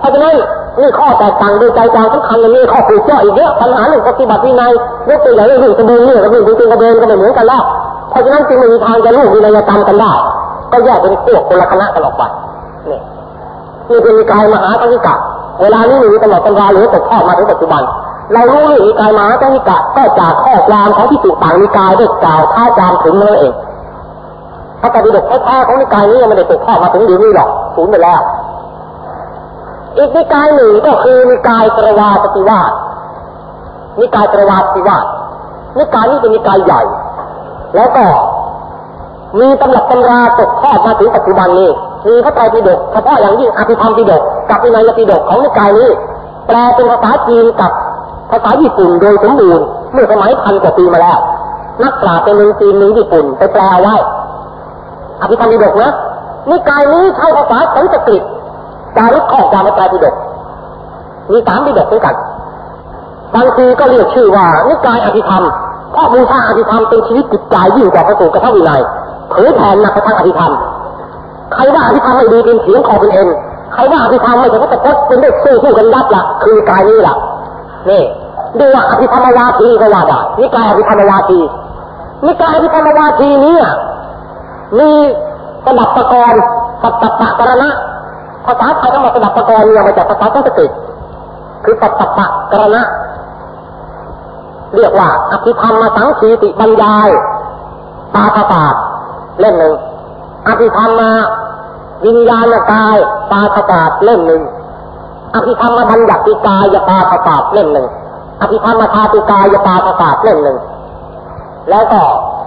S1: ราะฉะนั้นนี่ข้อแตกต่างโดยใจกลางสำคัญอย่างนี้ข้อผูกย่อยอีกเยอะปัญหาเรื่องปฏิบัติวินัยยกตัวอย่างเรื่องกระเบนเนี่ยกับเรื่องจริงกระเบนก็ไม่เหมือนกันแล้วเพราะฉะนั้นจึงไม่มีทางจะรู้วินัยกรรมกันได้ก็แยกเป็นพวกคนละคณะกันออกไปนี่เป็นนิกายมหากัณฑิกะเวลานี้มีตลอดตำราหรือตกทอดมาถึงปัจจุบันเรารู้เรื่องนิกายมหากัณฑิกะก็จากข้อความของที่ต่างนิกายได้กล่าวท้าความถึงนั่นเองพระไตรปิฎกแท้ๆของนิกายนี้ยังไม่ได้ตกทอดมาถึงเดี๋ยวนี้หรอกสูญไปแล้วอีกนิกายหนึ่งก็คือนิกายตรวาสติวาสนิกายตรวาสติวาสนิกายนี้เป็นนิกายใหญ่แล้วก็มีตำรับตำราตกทอดมาถึงปัจจุบันนี้มีพระไตรปิฎกเฉพาะอย่างยิ่งอภิธรรมปิฎกกับวินัยปิฎกของนิกายนี้แปลเป็นภาษาจีนกับภาษาญี่ปุ่นโดยสมบูรณ์เมื่อสมัย1,000 กว่าปีมาแล้วนักปราชญ์เป็นเมืองจีนเมืองญี่ปุ่นไปแปลไว้อภิธรรมปิฎกนะนิกายนี้ใช้ภาษาสันสกฤตจารึกข้อความในไตรปิฎกมี3ปิฎกด้วยกันบางทีก็เรียกชื่อว่านิกายอภิธรรมเพราะบูชาอภิธรรมเป็นชีวิตจิตใจยิ่งกว่าพระสูตรกับพระวินัยเผยแผ่หนักไปทางอภิธรรมใครว่าอภิธรรมไม่ดีเป็นเถียงคอเป็นเอ็นใครว่าอภิธรรมไม่ใช่พระพจน์เป็นได้สู้กันยับละคือนิกายนี้ล่ะนี่ดูว่าอภิธรรมวาทีก็ว่าได้นิกายอภิธรรมวาทีนิกายอภิธรรมวาทีนี้มีสดับปกรณ์สัตตปะกรณะภาษาไทยทั้งหมดสดับปกรณ์เนี่ยมาจากภาษาสันสกฤตคือสัตตปะกรณะเรียกว่าอภิธรรมสังคีติบรรยายปาฐศาสตร์เล่มหนึ่งอภิธรรมวิญญาณกายปาฐศาสตร์เล่มหนึ่งอภิธรรมบัญญัติกายปาฐศาสตร์เล่มหนึ่งอภิธรรมธาตุกายปาฐศาสตร์เล่มหนึ่งแล้วก็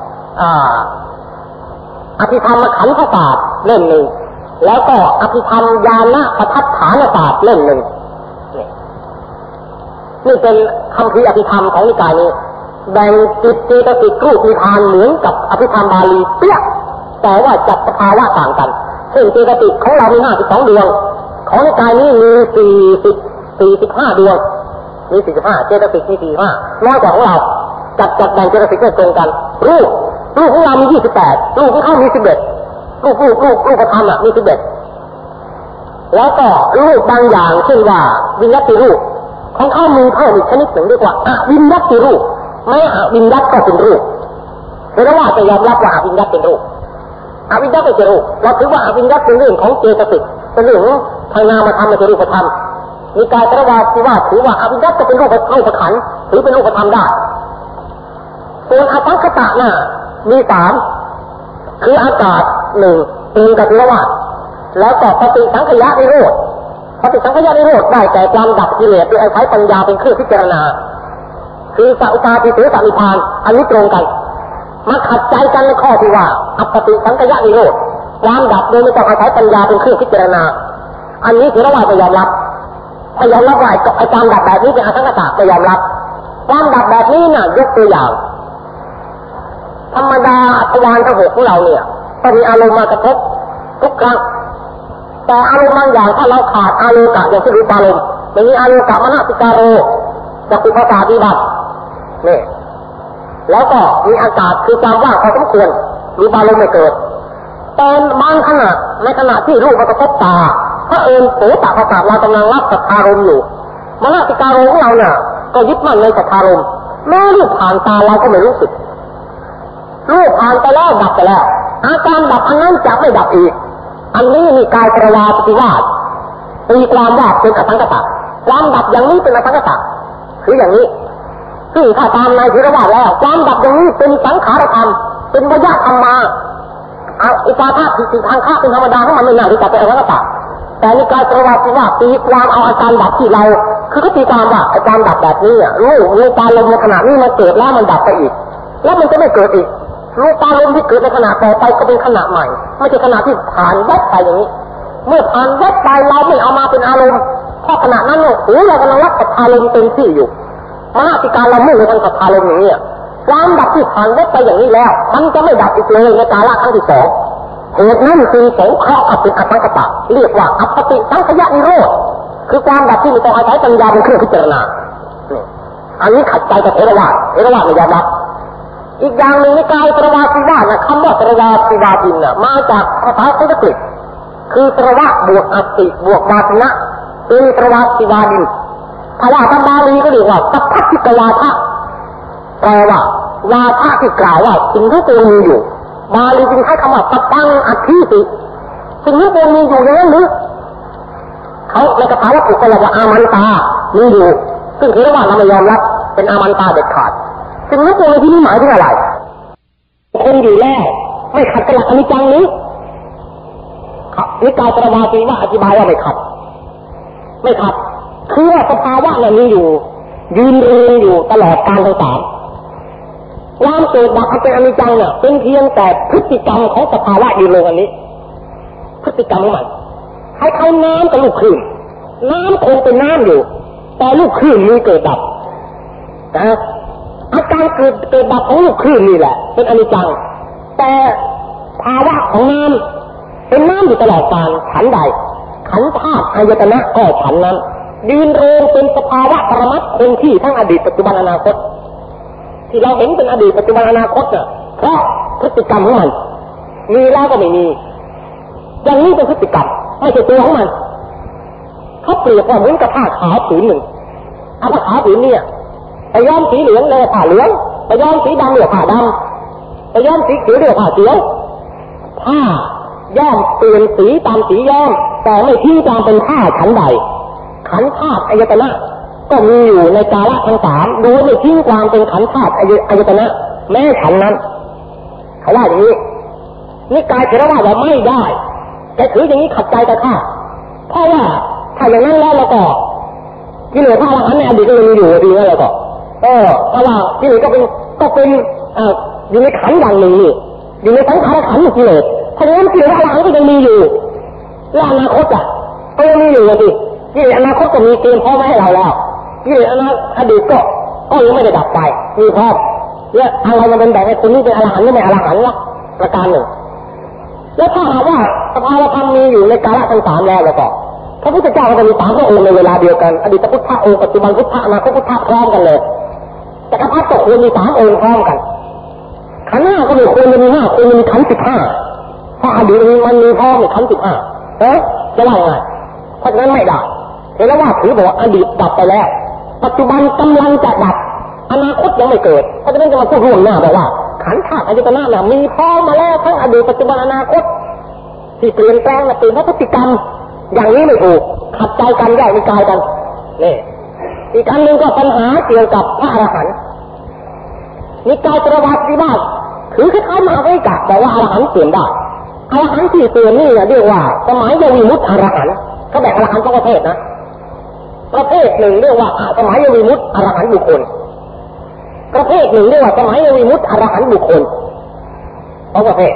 S1: อภิธรรมขันธศาสตร์เล่มหนึ่งแล้วก็อภิธรรมญาณปทัฏฐานศาสตร์เล่มหนึ่งนี่เป็นคำพีอภิธรรมของนิกายนี้แบ่งจิตเจตสิกรูปนิพพานเหมือนกับอภิธรรมบาลีเปี้ยแต่ว่าจัดสภาวะต่างกันเช่นเจตสิกของเรามี52 ดวงของนิกายนี้มี45 ดวงมี45เจตสิกมี45น้อยกว่าของเราจัดแบ่งเจตสิกไม่ตรงกันรูปของเรามี28รูปของเขามี11รูปธรรมมี11แล้วก็รูปบางอย่างเช่นว่าวิญญาติรูปของเขามีเพิ่มอีกชนิดหนึ่งเรียกว่าอวิญญาติรูปไม่อวิญญาตก็เป็นรูปแต่ว่าจะยอมรับว่าอวิญญาตเป็นรูปอวิญญาตเป็นรูปเราถือว่าอวิญญาตเป็นเรื่องของเจตสิกเป็นเรื่องทางนามธรรมเป็นรูปธรรมมีกายตรวาสว่าถือว่าอวิญญาตจะเป็นรูปขันธ์หรือเป็นรูปธรรมได้ส่วนอาทัคตะน่ะมี3คืออากาศ1เป็นกับตรวาสแล้วก็ปฏิสังขยะนิโรธปฏิสังขยะนิโรธได้แต่ความดับกิเลสโดยอาศัยปัญญาเป็นเครื่องพิจารณาคือสัพพะทิเสสนิพพานอันนี้ตรงกันมาขัดใจกันในข้อที่ว่าอัปฏิสังขยะนิโรธความดับโดยไม่ต้องอาศัยปัญญาเป็นเครื่องพิจารณาอันนี้ถือว่าไม่ยอมรับว่าไอ้การดับแบบนี้เป็นอสังขตะไม่ยอมรับความดับแบบนี้น่ะยกตัวอย่างธรรมดาทวารทั้ง6ของเราเนี่ยต้องมีอารมณ์มากระทบทุกครั้งแต่อารมณ์บางอย่างถ้าเราขาดอารมณ์กะอย่างที่รูปารมณ์ไม่มีอารมณ์กะมนสิการโรจักขุประสาทวิบัตินี่แล้วก็มีอากาศคือความว่างพอสมควรรูปารมณ์ไม่เกิดแต่บางขณะในขณะที่รูปมันกระทบตาถ้าโสตประสาทเรากำลังรับสัทธารมณ์อยู่มนสิการโรของเราเนี่ยก็ยึดมั่นในสัทธารมณ์แม้รูปผ่านตาเราก็ไม่รู้สึกรูปผ่านไปแล้วดับไปแล้วอาการดับอันนั้นจะไม่ดับอีกอันนี้มีกายตรวาสติวาสตีความว่าเป็นอสังขตะความดับอย่างนี้เป็นอสังขตะคืออย่างนี้ซึ่งถ้าตามในธีรวาสแล้วความดับอย่างนี้เป็นสังขารธรรมเป็นวิญญาณธรรมาอุปาททิฏฐิทางข้าเป็นธรรมดาของมันไม่น่าที่จะเป็นอสังขตะแต่ในกายตรวาสติวาสตีความเอาอาการดับที่เราคือก็ตีความว่าอาการดับแบบนี้รู้ในการลมในขณะนี้มันเกิดแล้วมันดับไปอีกแล้วมันจะไม่เกิดอีกรูปารมณ์ที่เกิดในขณะต่อไปก็เป็นขณะใหม่ไม่ใช่ขณะที่ผ่านแวบไปอย่างนี้เมื่อผ่านแวบไปเราไม่เอามาเป็นอารมณ์เพราะขณะนั้นเนี่ยเรากำลังรับสัทธารมณ์เต็มที่อยู่มหาติการเรามุ่งในทางสัทธารมณ์อย่างนี้ความดับที่ผ่านแวบไปอย่างนี้แล้วมันจะไม่ดับอีกเลยในกาลครั้งที่2เหตุนั้นคือสงเคราะห์กับเป็นอสังขตะเรียกว่าอัปปติสังขยะนิโรธคือความดับที่ไม่ต้องอาศัยปัญญาเป็นเครื่องพิจารณาอันนี้ขัดใจกับเทรวาสไม่ยอมรับอีกอย่างหนึ่งในกายตรวาสิวาสคำว่าตรวาสิวาทินมาจากภาษาสันสกฤตคือตรวะบวกอติบวกวาสนะเป็นประวัติวาดินถ้าว่าตามบาลีก็เรียกว่าสัพพทิกวาทะแปลว่าวาทะที่กล่าวว่าสิ่งที่ตัวมีอยู่บาลีจึงใช้คำว่าสัพพังอธิสิสิ่งที่ตัวมีอยู่อย่างนั้นหรือเขาในคาถาวัตถุก็เรียกว่าอามันตามีอยู่ซึ่งถือว่าเราไม่ยอมรับเป็นอามันตาเด็ดขาดสิ่งที่ตัวที่นี่หมายถึงอะไรคงอยู่แล้วไม่ขัดกับหลักอนิจจังนี้นิกายปรมาจีว่าอธิบายว่าไม่ขัดคือว่าสภาวะเนี่ยมีอยู่ยืนเรียงอยู่ตลอดกาลทั้งสามความเกิดดับเป็นอนิจจังเนี่ยเป็นเพียงแต่พฤติกรรมของสภาวะยืนเรียงอันนี้พฤติกรรมของมันให้เขาน้ำกับลูกคลื่นน้ำคงเป็นน้ำอยู่แต่ลูกคลื่นมีเกิดดับนะอาการเกิดดับของลูกคลื่นนี่แหละเป็นอนิจจังแต่ภาวะของน้ำเป็นน้ำอยู่ตลอดกาลฉันใดขันธ์ธาตุอายตนะก็ฉันนั้นยืนเรียงเป็นสภาวะปรมัตถ์คงที่ทั้งอดีตปัจจุบันอนาคตที่เราเห็นเป็นอดีตปัจจุบันอนาคตน่ะเพราะพฤติกรรมของมันมีแล้วก็ไม่มีอย่างนี้เป็นพฤติกรรมไม่ใช่ตัวของมันเขาเปรียบว่าเหมือนกับผ้าขาวผืนหนึ่งผ้าขาวผืนเนี่ยไปย้อมสีเหลืองเลยผ้าเหลืองไปย้อมสีดำเลยผ้าดำไปย้อมสีเขียวเลยผ้าเขียวผ้าย้อมเปลี่ยนสีตามสีย้อมแต่ไม่ทิ้งความเป็นผ้าขันใดขันธ์ธาตุอายตนะก็มีอยู่ในกาลทั้งสามโดยไม่ทิ้งความเป็นขันธ์ธาตุอายตนะแม้ขันนั้นเขาว่าอย่างนี้นิกายเถรวาทว่าไม่ได้แต่ถืออย่างนี้ขัดใจตะข้าเพราะว่าถ้าอย่างนั้นแล้วก็กิเลสพระอรหันต์ในอดีตก็ยังมีอยู่ดีแล้วก็เพราะว่ากิเลสก็เป็นอยู่ในขันธ์อย่างหนึ่งนี่อยู่ในสังขารขันธ์กิเลสเพราะฉะนั้นกิเลสพระอรหันต์ก็ยังมีอยู่และอนาคตก็ยังมีอยู่สิกิเลสอนาคตก็มีเตรียมพร้อมไว้ให้เราแล้วกิเลสอดีตก็ยังไม่ได้ดับไปมีพร้อมเนี่ยอะไรมันเป็นแบบไอ้คนนี้เป็นอรหันต์หรือไม่อรหันต์ละประการหนึ่งแล้วถ้าหากว่าสภาวะธรรมมีอยู่ในกาลทั้งสามแล้วก็พระพุทธเจ้าก็จะมีสามพระองค์ในเวลาเดียวกันอดีตพุทธะองค์ปัจจุบันพุทธะอนาคตพุทธะพร้อมกันเลยจักรพรรดิก็ควรมีสามองค์พร้อมกันขันธ์ห้าก็ไม่ควรจะมีห้าควรจะมีขันธ์15เพราะอดีตมันมีพร้อมในขันธ์15จะว่าไงเพราะฉะนั้นไม่ได้เห็นแล้วว่าถือบอกว่าอดีตดับไปแล้วปัจจุบันกำลังจะดับอนาคตยังไม่เกิดเพราะฉะนั้นจะมาพูดร่วงหน้าบอกว่าขันธ์ธาตุอายตนะเนี่ยมีพร้อมมาแล้วทั้งอดีตปัจจุบันอนาคตที่เปลี่ยนแปลงเป็นพฤติกรรมอย่างนี้ไม่ถูกขัดใจกันแยกนิกายกันนี่อีกอันหนึ่งก็ปัญหาเกี่ยวกับพระอรหันต์นิกายประวัติว่าถือคล้ายๆมหาวิกะบอกว่าอรหันต์เสื่อมได้อรหันต์ที่เสื่อมนี่เรียกว่าสมัยยวีมุตติอรหันต์เขาแบ่งอรหันต์สองประเภทนะประเภทหนึ่งเรียกว่าสมัยยวีมุตติอรหันต์บุคคลประเภทหนึ่งเรียกว่าสมัยยวีมุตติอรหันต์บุคคลสองประเภท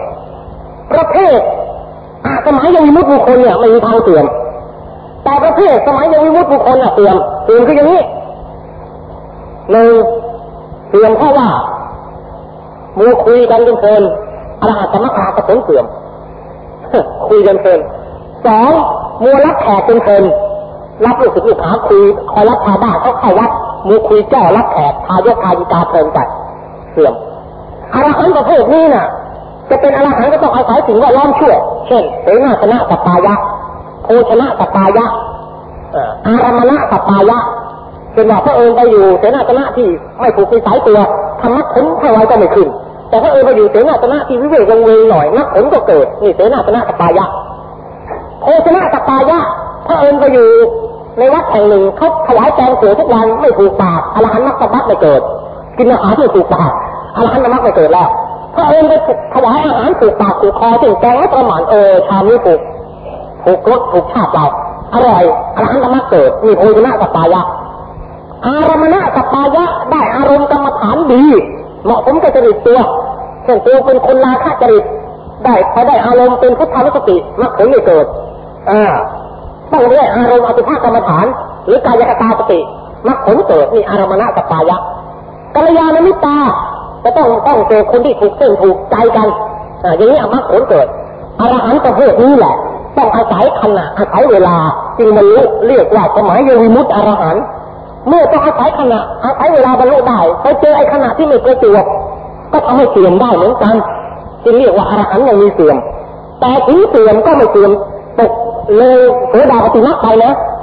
S1: สมัยยวีมุตติบุคคลเนี่ยไม่มีทางเสื่อมแต่ประเภทสมัยยวีมุตติบุคคลเสื่อมคืออย่างนี้หนึ่งเสื่อมเพราะว่ามัวคุยกันจนเพลินอรหัตตมรรคผลเสื่อมคุยกันเพลินสองมัวรับแขกจนเพลินรับลูกศิษย์ลูกหาคุยคอยรับชาวบ้านเขาเข้าวัดมัวคุยเจ้ารับแขกทายกทายิกาเพลินไปเสื่อมอรหันต์ประเภทนี้น่ะจะเป็นอรหันต์ก็ต้องอาศัยสิ่งแวดล้อมชั่วเช่นเสนาสนะสัปปายะโภชนะสัปปายะอารมณะสัปปายะเป็นว่าพระองค์ไปอยู่เสนาสนะที่ไม่ถูกนิสัยตัวทำนักผลเท่าไรก็ไม่ขึ้นแต่พระองค์ไปอยู่เสนาสนะที่วิเวกวงเวงหน่อยนักผลก็เกิดนี่เสนาสนะสัปปายะโภชนะสัปปายะพระองค์ไปอยู่ในวัดแห่งหนึ่งเขาถวายแกงเสือทุกวันไม่ถูกปากอรหันต์มรรคบัตไม่เกิดกินอาหารไม่ถูกปากอรหันต์มรรคไม่เกิดแล้วพระองค์ไปถวายอาหารถูกปากถูกคอถึงแกงไม่ประมาณชามนี้ถูกรสถูกชาติเราอร่อยอรหันต์มรรคเกิดมีโภชนะสัปปายะอารมณะสัปปายะได้อารมณ์กรรมฐานดีเหมาะสมกับจริตตัวเช่นตัวเป็นคนราคะจริตได้พอได้อารมณ์เป็นพุทธานุสติมรรคผลไม่เกิดต้องได้อารมณ์อสุภกรรมฐานหรือกายคตาสติมรรคผลเกิดนี่อารมณะสัปปายะกัลยาณมิตรจะต้องเจอคนที่ถูกเส้นถูกใจกันอย่างนี้มรรคผลเกิดอรหันต์ประเภทนี้แหละต้องอาศัยขณะอาศัยเวลาจึงบรรลุเรียกว่าสมัยยวีมุตติอรหันต์เมื่อต้องอาศัยขณะอาศัยเวลาบรรลุได้ไปเจอไอ้ขณะที่ไม่ประจวบก็ทำให้เสื่อมได้เหมือนกันจึงเรียกว่าอรหันต์ยังมีเสื่อมแต่ถึงเสื่อมก็ไม่เสื่อมตกเลยโสดาปฏิมรรคไปนะ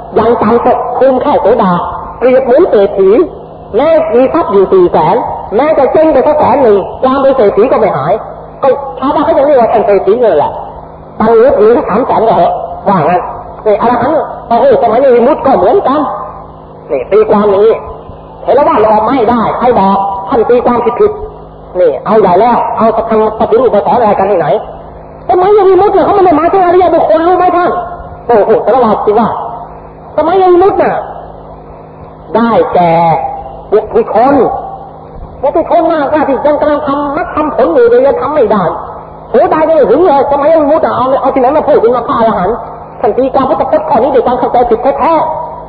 S1: ยังจำตกคุมแค่โสดาเปรียบเหมือนเศรษฐีแม้มีทรัพย์อยู่400,000แม้จะเจ๊งไปสัก100,000ความเป็นเศรษฐีก็ไม่หายก็ชาวบ้านเขาจะเรียกว่าเป็นเศรษฐีเลยแหละตังค์หรือ300,000ก็เหอะว่างั้นนี่อรหันต์พระโหสมัยนี้วิมุตติก็เหมือนกันนี่ตีความนี้เห็นแล้วว่าหลอกไม่ได้ใครบอกท่านตีความผิดนี่เอาใหญ่แล้วเอาทำปฏิรูปมาสอนอะไรกันที่ไหนสมัยยังวิมุตติเขาไม่ได้มาถึงอริยบุคคลรู้ไหมท่านโอ้โหสารวัตรสิว่าสมัยยังวิมุตติน่ะได้แก่บุคคลมากที่ยังกำลังทำนักทำผลอยู่เลยยังทำไม่ได้โหได้ไม่ถึงเลยสมัยยังวิมุตติเอาที่ไหนมาพูดถึงมาพระอรหันต์ท่านตีการพุทธพจน์ข้อนี้โดยการเข้าใจผิดแท้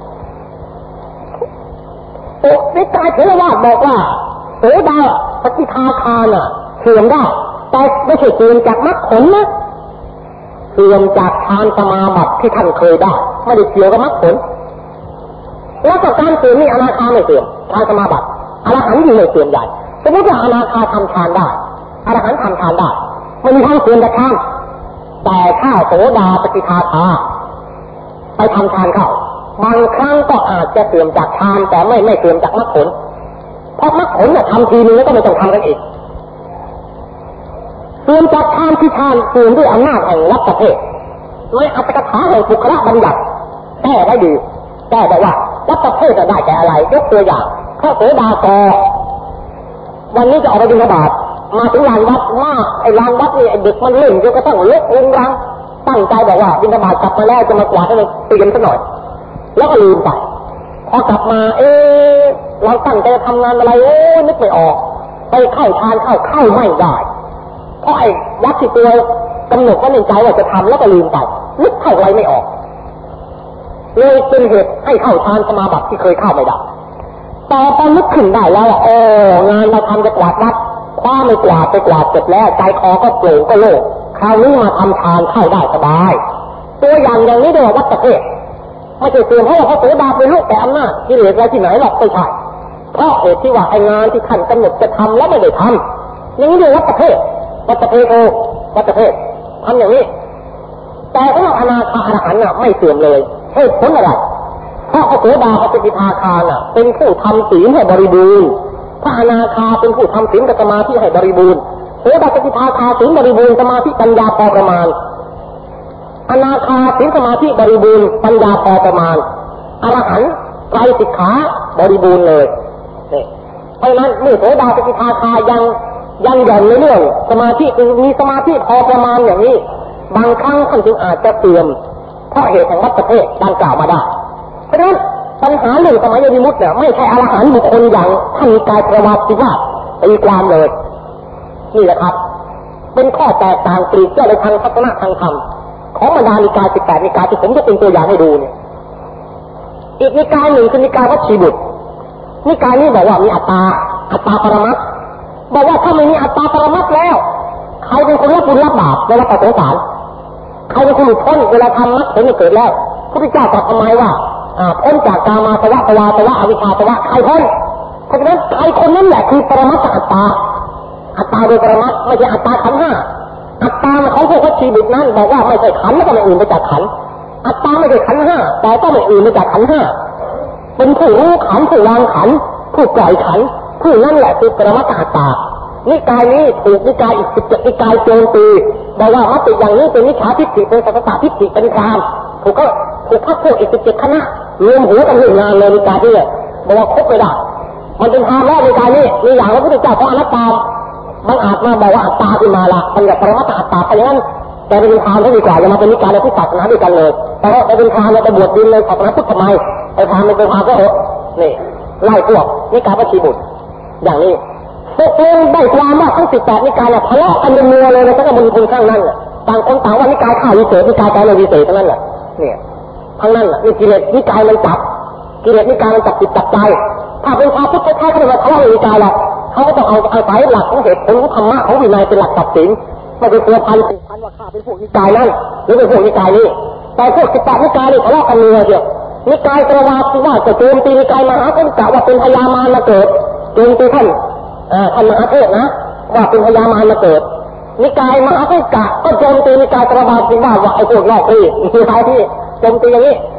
S1: โอ้ในกายเทรวาสบอกว่าโสดาปฏิทาคาน่ะเสื่อมได้แต่ไม่ใช่เสื่อมจากมรรคผลนะเสื่อมจากฌานสมาบัติที่ท่านเคยได้ไม่ได้เกี่ยวกับมรรคผลแล้วก็การเสื่อมนี่อนาคาไม่เสื่อมฌานสมาบัติอรหันต์ยิ่งไม่เสื่อมใหญ่สมมติว่าอนาคาทำฌานได้อรหันต์ทำฌานได้ไม่มีทางเสื่อมจากฌานแต่ถ้าโสดาปฏิทาคาไปทำฌานเข้าบางครั้งก็อาจจะเสื่อมจากฌานแต่ไม่เสื่อมจากมรรคผลเพราะมรรคผลเนี่ยทำทีนึงแล้วก็ไม่ต้องทำกันอีกเสื่อมจากฌานที่ฌานเสื่อมด้วยอำนาจแห่งวัฏฏะด้วยอัตถกถาแห่งปุคละบัญญัติแก้ได้ดีแก้ได้ว่าวัฏฏะจะได้แก่อะไรยกตัวอย่างข้าโสดากอวันนี้จะออกไปบิณฑบาตมาถึงลานวัดว่าไอ้ลานวัดนี่ไอ้เด็กมันเล่นจนกระทั่งลุกรุงรังตั้งใจบอกว่าบิณฑบาตกลับมาแล้วจะมากวาดให้มันเตรียมซะหน่อยแล้วก็ลืมไปพอกลับมาเราตั้งใจทำงานอะไรนึกไม่ออกไปเข้าฌานเข้าไม่ได้เพราะไอ้วัดที่ตัวกำหนดว่าในใจว่าจะทำแล้วก็ลืมไปนึกเข้าอะไรไม่ออกเลยเป็นเหตุให้เข้าฌานสมาบัติที่เคยเข้าไม่ได้แต่พอนึกขึ้นได้แล้วงานเราทำจะกวาดวัดคว้าไม่กวาดไปกวาดเสร็จแล้วใจคอก็โปร่งก็โล่งคราวนี้มาทำฌานเข้าได้สบายตัวอย่างนี้เรียกว่าวัฏฏะไม่ใช่เสื่อมเพราะว่าพระโสดาเป็นลูกแต่อำนาจกิเลสอะไรที่ไหนหรอกไม่ใช่เพราะเหตุที่ว่าไอ้งานที่ท่านกำหนดจะทำแล้วไม่ได้ทำอย่างนี้เรียกวัฏฏะวัฏฏะทำอย่างนี้แต่สำหรับอนาคาอรหันต์ไม่เสื่อมเลยเหตุผลอะไรเพราะพระโสดาปฏิทาคาเป็นผู้ทำศีลให้บริบูรณ์พระอนาคาเป็นผู้ทำศีลกับสมาธิให้บริบูรณ์โสดาปฏิทาคาศีลบริบูรณ์สมาธิปัญญาพอประมาณอนาคาศีลสมาธิบริบูรณ์ปัญญาพอประมาณอรหันต์ไตรสิกขาบริบูรณ์เลยนี่เพราะนั้นเมื่อโสดาปฏิทาคายังหย่อนในเรื่องสมาธิคือมีสมาธิพอประมาณอย่างนี้บางครั้งท่านจึงอาจจะเสื่อมเพราะเหตุแห่งวัฏฏะดังกล่าวมาได้เพราะฉะนั้นปัญหาเรื่องสมัยวิมุตติไม่ใช่อรหันต์บุคคลอย่างท่านกายประวัติว่าตีความเลยนี่แหละครับเป็นข้อแตกต่างปลีกย่อยในทางทัศนะทางธรรมของบรรดานิกาย18นิกายที่ผมจะเป็นตัวอย่างให้ดูเนี่ยอีกนิกายหนึ่งคือนิกายวัชชีบุตรนิกายนี้บอกว่ามีอัตตาปรมัตถ์บอกว่าถ้าไม่มีอัตตาปรมัตถ์แล้วใครเป็นคนรับบุญรับบาปเวลาต่อสงสารใครเป็นคนหลุดพ้นเวลาทำมรรคผลเกิดแล้วพระพุทธเจ้าตรัสทำไมว่าพ้นจากกามาสวะภวาสวะอวิชชาสวะใครพ้นเพราะฉะนั้นใครคนนั้นแหละคือปรมัตถ์อัตตาโดยปรมัตถ์ไม่ใช่อัตตาขันธ์ห้าอัตตาของพวกวัชชีบุตรนั้นบอกว่าไม่ใช่ขันธ์แล้วก็ไม่อื่นไปจากขันธ์อัตตาไม่ใช่ขันธ์ห้าแต่ก็ไม่อื่นไปจากขันธ์ห้าเป็นผู้รู้ขันธ์ผู้วางขันธ์ผู้ปล่อยขันธ์ผู้นั่นแหละคือปรมัตถ์อัตตานิกายนี้ถูกนิกายอีก17นิกายโจมตีบอกว่ามติอย่างนี้เป็นมิจฉาทิฏฐิเป็นสัตตทิฏฐิเป็นกามถูกพักพวกอีก17คณะรวมหัวกันเรื่องงานเลยนิกายที่บอกว่าคบไม่ได้มันเป็นทางแรกนิกายนี้มีอย่างพระพุทธเจ้าของอนัตตาบางอาจมาบอกว่าอัตตาขึ้นมาละมันกับปรมัตถ์อัตตาเพราะงั้นแต่เป็นทางที่ดีกว่าอย่ามาเป็นนิกายในพุทธศาสนาด้วยกันเลยแต่ว่าเป็นทางในบวชดินเลยศาสนาพุทธทำไมไอ้ทางเป็นทางก็นี่ไล่พวกนิกายวัชชีบุตรอย่างนี้พวกเองได้ความว่าทั้ง18นิกายทะเลาะกันเป็นเมือเลยนะทั้งกับมึงคนข้างนั้นต่างคนต่างว่านิกายข้าวิเศษนิกายกายวิเศษทั้งนั้นเนี่ยทั้งนั้นนี่กิเลสนิกายมันจับกิเลสนิกายมันจับจิตจับใจถ้าเป็นพระพุทธเจ้าเขาไม่มาทะเลาะนิกายหรอกเขาก็ต้องเอาสายหลักของเหตุผลของธรรมะของวินัยเป็นหลักตัดสินไม่เป็นตัวพันผูกพันว่าข้าเป็นพวกนิกายนั้นหรือเป็นพวกนิกายนี้แต่พวก18นิกายนี่ทะเลาะกันเมือเดียวนิกายกระวาดว่าจะโจมตีนิกายมหาคันกะว่าเป็นพญามารมาเกิดโจมตีท่านมหาเทพนะว่าเป็นพญามารมาเกิดนิกายมหาคันกะก็โจมตีนิกายกระวาดว่าไอ้พวกนอกรีนิกายที่โจมตีอย่างนี้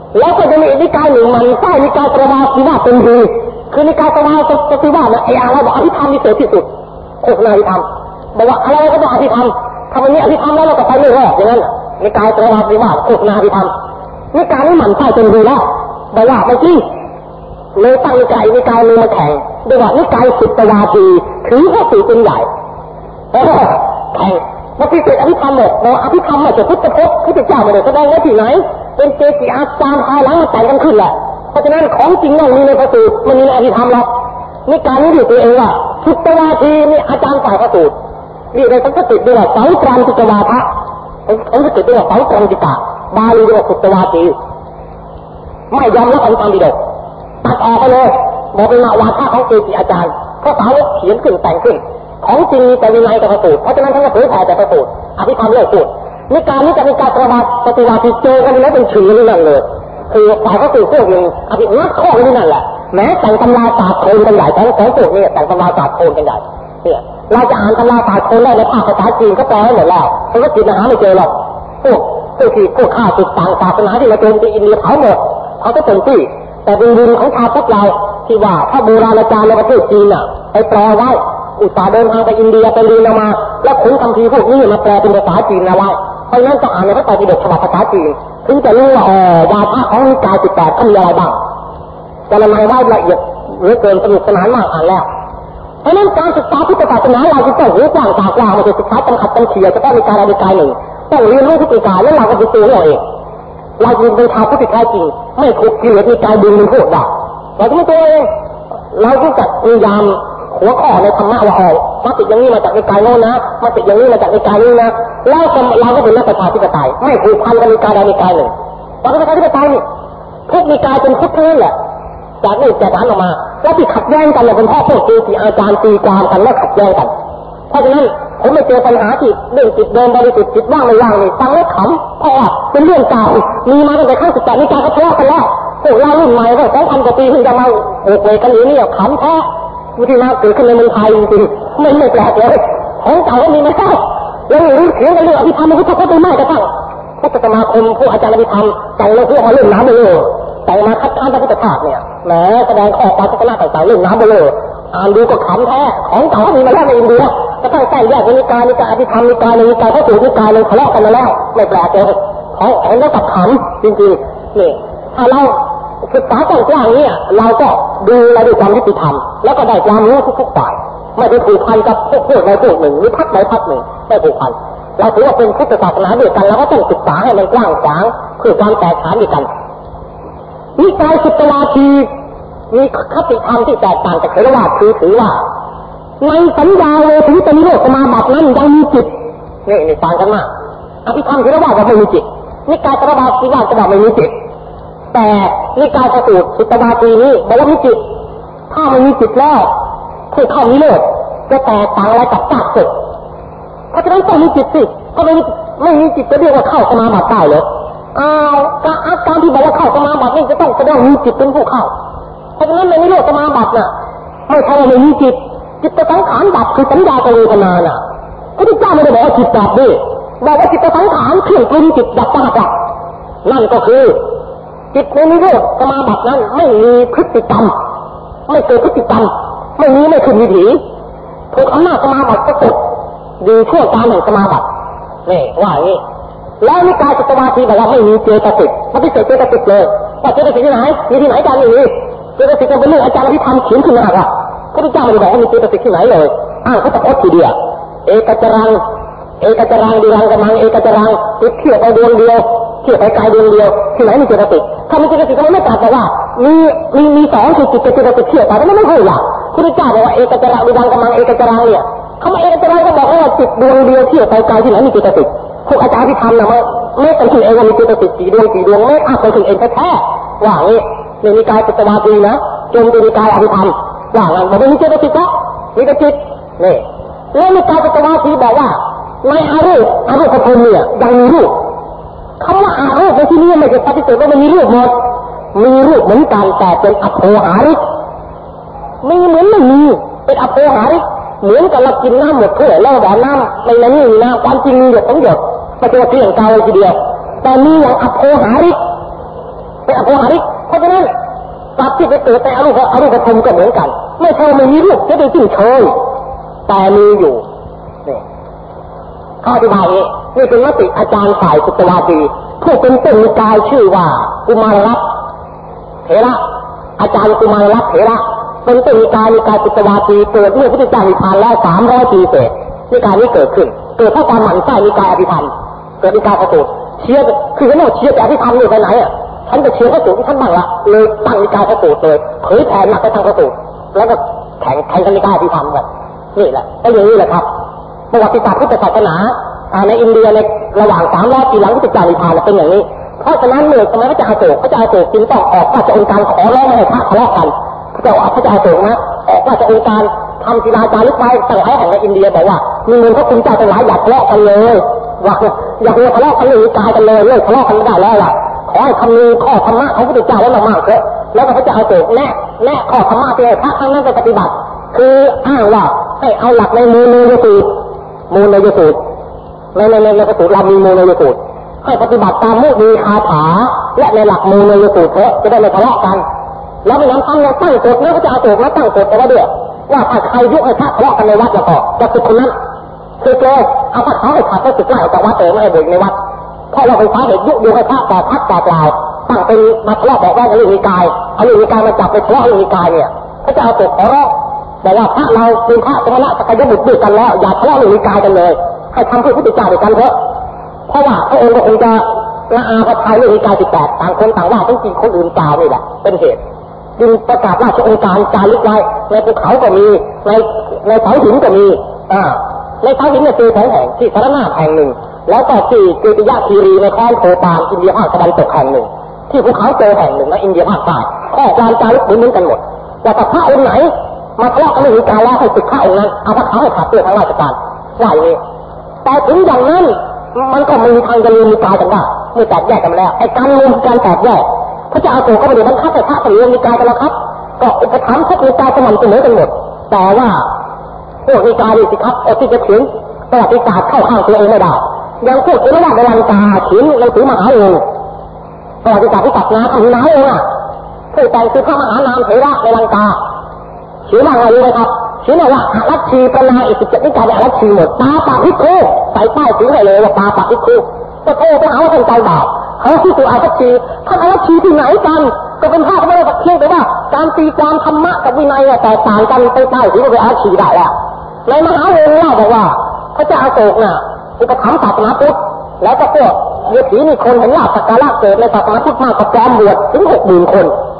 S1: แล้วก็จะมีนิกายหนึ่งมันใต้นิกายประวาสีว่าเป็นดีคือนิกายประวาสีว่าเนี่ยไอ้อะไรบอกอภิธรรมพิเศษที่สุดโฆษณาอภิธรรมบอกว่าอะไรก็ต้องอภิธรรมทำอันนี้อภิธรรมแล้วเราก็ไปไม่รอดอย่างนั้นนิกายประวาสีว่าโฆษณาอภิธรรมนิกายนี้มันใต้เป็นดีแล้วบอกว่าไปที่เลยตั้งนิกายนึงมาแข่งด้วยว่านิกายสุตตวาทีถือว่าสื่อเป็นใหญ่แข่งมาพิเศษอภิธรรมหมดบอกอภิธรรมมาจากพุทธพจน์พุทธเจ้ามาเลยแสดงไว้ที่ไหนเป็นเกจิอาจารย์ภายหลังมาแต่งกันขึ้นแหละเพราะฉะนั้นของจริงต้องมีในพระสูตรมันมีในอภิธรรมหรอกนิกายนี้อยู่ตัวเองว่าสุตตวาทีนี่อาจารย์ฝ่ายพระสูตรนี่ในสันสกฤตด้วยว่าเสาตรันติกวาทะสันสกฤตด้วยว่าเสาตรันติกะบาลีด้วยว่าสุตตวาทีไม่ยอมรับอันตามบิดกตัดออกไปเลยบอกเป็นวาทะของเกจิอาจารย์เพราะสาวกเขียนขึ้นแต่งขึ้นของจริงมีแต่วินัยกับพระสูตรเพราะฉะนั้นท่านก็เผยแผ่แต่พระสูตรอภิธรรมเลิกพูดนิกายนี้จะมีการประวัติปฏิวัติเจอกันแล้วเป็นชื่อนี่นั่นเลยคือฝ่ายพระสูตรพวกหนึ่งอภินักข้อนี่นั่นแหละแม้แต่งตำราศาสตร์โคนกันใหญ่ของพวกนี้แต่งตำราศาสตร์โคนกันใหญ่เนี่ยเราจะอ่านตำราศาสตร์โคนได้ในภาษาจีนก็แปลให้หมดแล้วเพราะว่าจีนหาไม่เจอหรอกพวกข้าศึกต่างศาสนาที่มาโจมตีอินเดียเผาหมดเขาก็เป็นที่แต่ดินของชาวพุทธเราที่ว่าถ้าโบราณอาจารย์ในประเทศจีนน่ะไปแปลไว้อุตส่าห์เดินทางไปอินเดียไปเรียนมาแล้วขนคำพีพวกนี้มาแปลเป็นภาษาจีนเอาไว้เพราะนั้นต้องอ่านในพระไตรปิฎกฉบับภาษาจีนถึงจะรู้ว่าวาทะของนิกาย18เขามีอะไรบ้างจะละลายไว้ละเอียดเหลือเกินสนุกสนานมากอ่านแล้วเพราะนั้นการศึกษาพุทธศาสนาเราจะต้องรู้กว้างตากว้างไม่ใช่ศึกษาจำขัดจำเขียเฉพาะนิกายใดนิกายหนึ่งต้องเรียนรู้ทุกนิกายแล้วเราก็ไปตัวเราเองเราจึงเป็นชาวพุทธแท้จริงไม่ถูกกิเลสนิกายดึงมันพูดได้เราจะไม่ตัวเองเราต้องจัดพยายามหัวข้อในธรรมะว่ามาติดอย่างนี้มาจากนิกายโน้นนะมาติดอย่างนี้มาจากนิกายนี้นะแล้วเราก็เป็นนักประชาธิปไตยไม่ผูกพันกับนิกายใดนิกายหนึ่งเราเป็นประชาธิปไตยนี่ทุกนิกายเป็นพุทธนั่นแหละจากนี้จากนั้นออกมาแล้วที่ขัดแย้งกันเนี่ยเป็นพ่อพวกเกจิอาจารย์ตีความกันแล้วขัดแย้งกันเพราะฉะนั้นผมไม่เจอปัญหาที่เรื่องจิตเดิมบริสุทธิ์จิตว่างไม่ว่างนี่ฟังแล้วขำเพราะว่าเป็นเรื่องเก่ามีมาตั้งแต่ครั้ง18นิกายก็ทะเลาะกันแล้วพวกเรารุ่นใหม่ก็2,000 กว่าปีเพิ่งจะมาโอกเวกันอยู่นี่ขำแท้วิธีมาเกิดขึ้นในเมืองไทยจริงๆไม่แปลกเลยของเก่าก็มีมาแล้วแล้วรู้เสียงกันเรื่องอภิธรรมมันก็ไม่ไม่กระทั่งพระสมาคมผู้อาจารย์อภิธรรมแต่งแล้วพวกมาเล่นน้ำไปเลยแต่มาคัดค้านพระพุทธศาสนาเนี่ยแหมแสดงข้อความศาสนาต่างๆเล่นน้ำไปเลยอ่านดูก็ขำแท้ของเก่าก็มีมาแล้วในอินเดียก็ตั้งแต่แยกนิกายอภิธรรมนิกายนึงนิกายพระสูตรนิกายนึงทะเลาะกันมาแล้วไม่แปลกเลยของแล้วกับขำจริงๆนี่ถ้าเราศึกษากว้างๆเนี่ยเราก็ดูเราด้วยความยุติธรรมแล้วก็ได้ความรู้ทุกฝ่ายไม่ได้ผูกพันกับพวกใดพวกหนึ่งหรือพรรคใดพรรคหนึ่งไม่ผูกพันเราถือว่าเป็นพุทธศาสนาเดียวกันเราก็ต้องศึกษาให้มันกว้างขวางเพื่อความแตกต่างด้วยกันนิกายสุตตวาทีมีคติธรรมที่แตกต่างจากเถรวาทคือถือว่าในสัญญาเลยถึงจะนิโรธสมาบัตินั้นยังมีจิตนี่ต่างกันมากอภิธรรมเถรวาทว่าไม่มีจิตนิกายเถรวาทที่ว่าจะบอกไม่มีจิตแต่นิกายพระสูตรสุตตวาทีนี้บอกว่ามีจิตถ้าไม่มีจิตแล้วคือเข้านิโรธจะแตกต่างอะไรกับจากศึกเพราะฉะนั้นต้องมีจิตสิถ้าไม่มีจิตจะเรียกว่าเข้าสมาบัติได้เลยการที่บอกว่าเข้าสมาบัตินี่จะต้องแสดงมีจิตเป็นผู้เข้าเพราะฉะนั้นในนิโรธสมาบัติน่ะไม่ใช่ว่าไม่มีจิตสังขารดับคือสัญญากับเวทนาน่ะพระพุทธเจ้าไม่ได้บอกว่าจิตดับดิบอกว่าจิตสังขารเครื่องปรุงจิตดับดับนั่นก็คือจิตในนิโรธสมาบัตินั้นไม่มีพฤติกรรมไม่เกิดพฤติกรรมไม่ขึ้นวิถีถูกอำนาจสมาบัติก็ตกดีช่วงการแห่งสมาบัตินี่ว่าอย่างนี้แล้วนิกายสุตตวาทีบอกว่าไม่มีเจตสิกปฏิเสธเจตสิกเลยว่าเจตสิกที่ไหนมีที่ไหนอาจารย์อย่างนี้เจตสิกเป็นเรื่องอาจารย์อภิธรรมเขียนขึ้นมาค่ะพระพุทธเจ้าไม่ได้บอกว่ามีเจตสิกที่ไหนเลยอ้างพระตะพจน์ทีเดียวเอกจรังดิรังกมังเอกจรังติดเที่ยวไปดวงเดียวเที่ยวไปกายดวงเดียวที่ไหนมีเจตสิกถ้ามีเจตสิกก็ไม่ตรัสบอกว่ามีสองคือจิตกับเจตสิกเที่ยวแต่ไม่ใช่หรอกพระพุทธเจ้าบอกว่าเอกจรังดิรังกมังเอกจรังเนี่ยคำว่าเอกจรังก็บอกว่าจิตดวงเดียวเที่ยวไปกายที่ไหนมีเจตสิกพวกอาจารย์ที่ทำนะไม่เป็นถึงเองว่ามีเจตสิกกี่ดวงไม่อ้างเป็นถึงเองแท้ๆว่างี้ในนิกายสุตตวาทีนะจนเป็นนิกายอภิธรรมว่างั้นบอกว่ามีเจตสิกแล้วมีแต่จิตนี่แล้วนิกายสุตตวาทีบอกว่าในอารูปภูมิเนี่ยยังมีรูปคำว่าอารูปในที่นี้ไม่ใช่ปฏิเสธว่ามันมีรูปหมดมีรูปเหมือนกันแต่เป็นอโภหาริกมีเหมือนไม่มีเป็นอโภหาริกเหมือนกับเรากินน้ำหมดถ้วยแล้วแต่น้ำในนั้นมีน้ำความจริงมีหยดต้องหยดไม่ใช่ว่าเพียงเก่าเลยทีเดียวแต่มีอย่างอโภหาริกแเป็นอโภหาริกเพราะฉะนั้นสัตว์ที่ไปเกิดในอรูปภพก็เหมือนกันไม่ใช่ไม่มีรูปจะได้สิ้นเชิงแต่มีอยู่นี่ข้ออธิบายนี้นี่เป็นมติอาจารย์ฝ่ายสุตวาทีผู้เป็นต้นนิกายชื่อว่ากุมารรัตน์เถระอาจารย์กุมารรัตน์เถระเป็นต้นนิกายสุตวาทีเกิดเมื่อพุทธเจ้านิพพานแล้ว300 ปีเศษนิกายนี้เกิดขึ้นเกิดเพราะความหมั่นไส้นิกายอภิธรรมเกิดนิกายพระสูตรเชียร์คือเขาบอกเชียร์แต่อภิธรรมอยู่ไปไหนอ่ะฉันจะเชียร์พระสูตรที่ท่านบ้างละเลยตั้งนิกายพระสูตรเลยเผยแผ่หนักไปทางพระสูตรแล้วก็แข่งกันนิกายอภิธรรมแบบนี่แหละก็อย่างนี้แหละครับประวัติศาสตร์พุทธศาสนาในอินเดียในระหว่าง300 ปีหลังพุทธเจ้านิพพานเป็นอย่างนี้เพราะฉะนั้นเมื่อสมัยพระเจ้าอโศกจึงต้องออกราชองค์การขอร้องไม่ให้พระทะเลาะกันพระเจ้าอโศกนะออกราชองค์การทำศิลาจารึกไว้ตั้งไว้แห่งในอินเดียบอกว่ามีเงินพระคุณเจ้าทั้งหลายอย่าทะเลาะกันเลยว่าอย่าทะเลาะกันเลยกายกันเลยเลิกทะเลาะกันไม่ได้แล้วล่ะขอให้คำนึงข้อธรรมะของพระพุทธเจ้าไว้มากๆเถอะแล้วก็พระเจ้าอโศกแน่ข้อธรรมะที่ให้พระทั้งนั้นไปปฏิบัติคืออ้างว่าให้เอาหลักในมูลยสูตรในพระสูตรเรามีมูลยสูตรให้ปฏิบัติตามมุนีคาถาและในหลักมูลยสูตรเถอะจะได้ไม่ทะเลาะกันแล้วไม่นั้นตั้งกฎแล้วพระเจ้าอโศกแล้วตั้งกฎเอาไว้ด้วยว่าถ้าใครยุให้พระทะเลาะกันในวัดแล้วก็จะสึกคนนั้นสึกเลยเอาพระเขาให้ขาดก็สึกไล่ออกจากวัดไม่ให้บวชในวัดเพราะเราเป็นสาเหตุยุให้พระต่อพัดต่อเปล่าตั้งเป็นมาทะเลาะบอกว่าเรื่องนิกายเอาเรื่องนิกายมาจับไปทะเลาะเรื่องนิกายเนี่ยพระเจ้าอโศกขอร้องบอกว่าพระเราเป็นพระสมณะสักยบุตรด้วยกันแล้วอย่าทะเลาะเรื่องนิกายกันเลยให้ทำเพื่อพุทธเจ้าด้วยกันเถอะเพราะว่าพระองค์ก็คงจะละอาพระทัยเรื่องนิกาย18ต่างคนต่างว่าทั้งจริงคนอื่นกล่าวนี่แหละเป็นเหตุจึงประกาศราชองค์การจารึกไว้ในภูเขาก็มีในเสาหินก็มีในเสาหินเนี่ยคือ2 แห่งที่สารนาถแห่งหนึ่งแล้วก็ที่เกติยะคีรีในแคว้นโคปานอินเดียภาคตะวันตกแห่งหนึ่งที่ภูเขาโตแห่งหนึ่งในอินเดียภาคใต้ข้อความจารึกเหมือนกันหมดแต่พระองค์ไหนมาทะเลาะกันเรื่องนิกายแล้วให้ศึกพระองค์นั้นเอาพระเขาให้ขาดตัวทางราชการว่าอย่างนี้แต่ถึงอย่างนั้นมันก็ไม่มีทางจะลืมนิกายกันได้เมื่อแตกแยกกันแล้วไอ้การลืมการแตกแยกพระเจ้าอโศกก็ไม่ได้บังคับให้พระเลืมนิกายกันแล้วครับก็อุปถัมภ์ทุกนิกายสม่ำเสมอกันหมดแต่ว่าพวกนิกายนี่สิครับที่จะเขียนประวัติศาสตร์เข้าข้างตัวเองไม่ได้อย่างพวกเทรวาสในลังกาเขียนหนังสือมหาองค์ประวัติศาสตร์ที่ตัดน้ำทำมหาองค์ผู้แต่งคือพระมหานามเทระในลังกาเขียนว่าไงรู้ไหมครับเขียนว่าอารัชชีปนาอีก17นิกายอารัชชีหมดปาปะพิโคใส่ป้ายถือให้เลยว่าปาปะพิโคก็โทษไปหาว่าท่านใจบาปเขาที่ตัวอารัชชีท่านอารัชชีที่ไหนกันก็เป็นภาพไม่ได้เพียงแต่ว่าการตีความธรรมะกับวินัยแตกต่างกันไปใต้ถือว่าเป็นอารัชชีได้แล้วในมหาองค์เล่าบอกว่าพระเจ้าอโศกน่ะอุปถัมภ์ศาสนาพุทธแล้วก็พวกเยถีมีคนเห็นลาภสักการะเกิดในศาสนาพุทธมากกว่าจอมบวชถึง 60,000 คน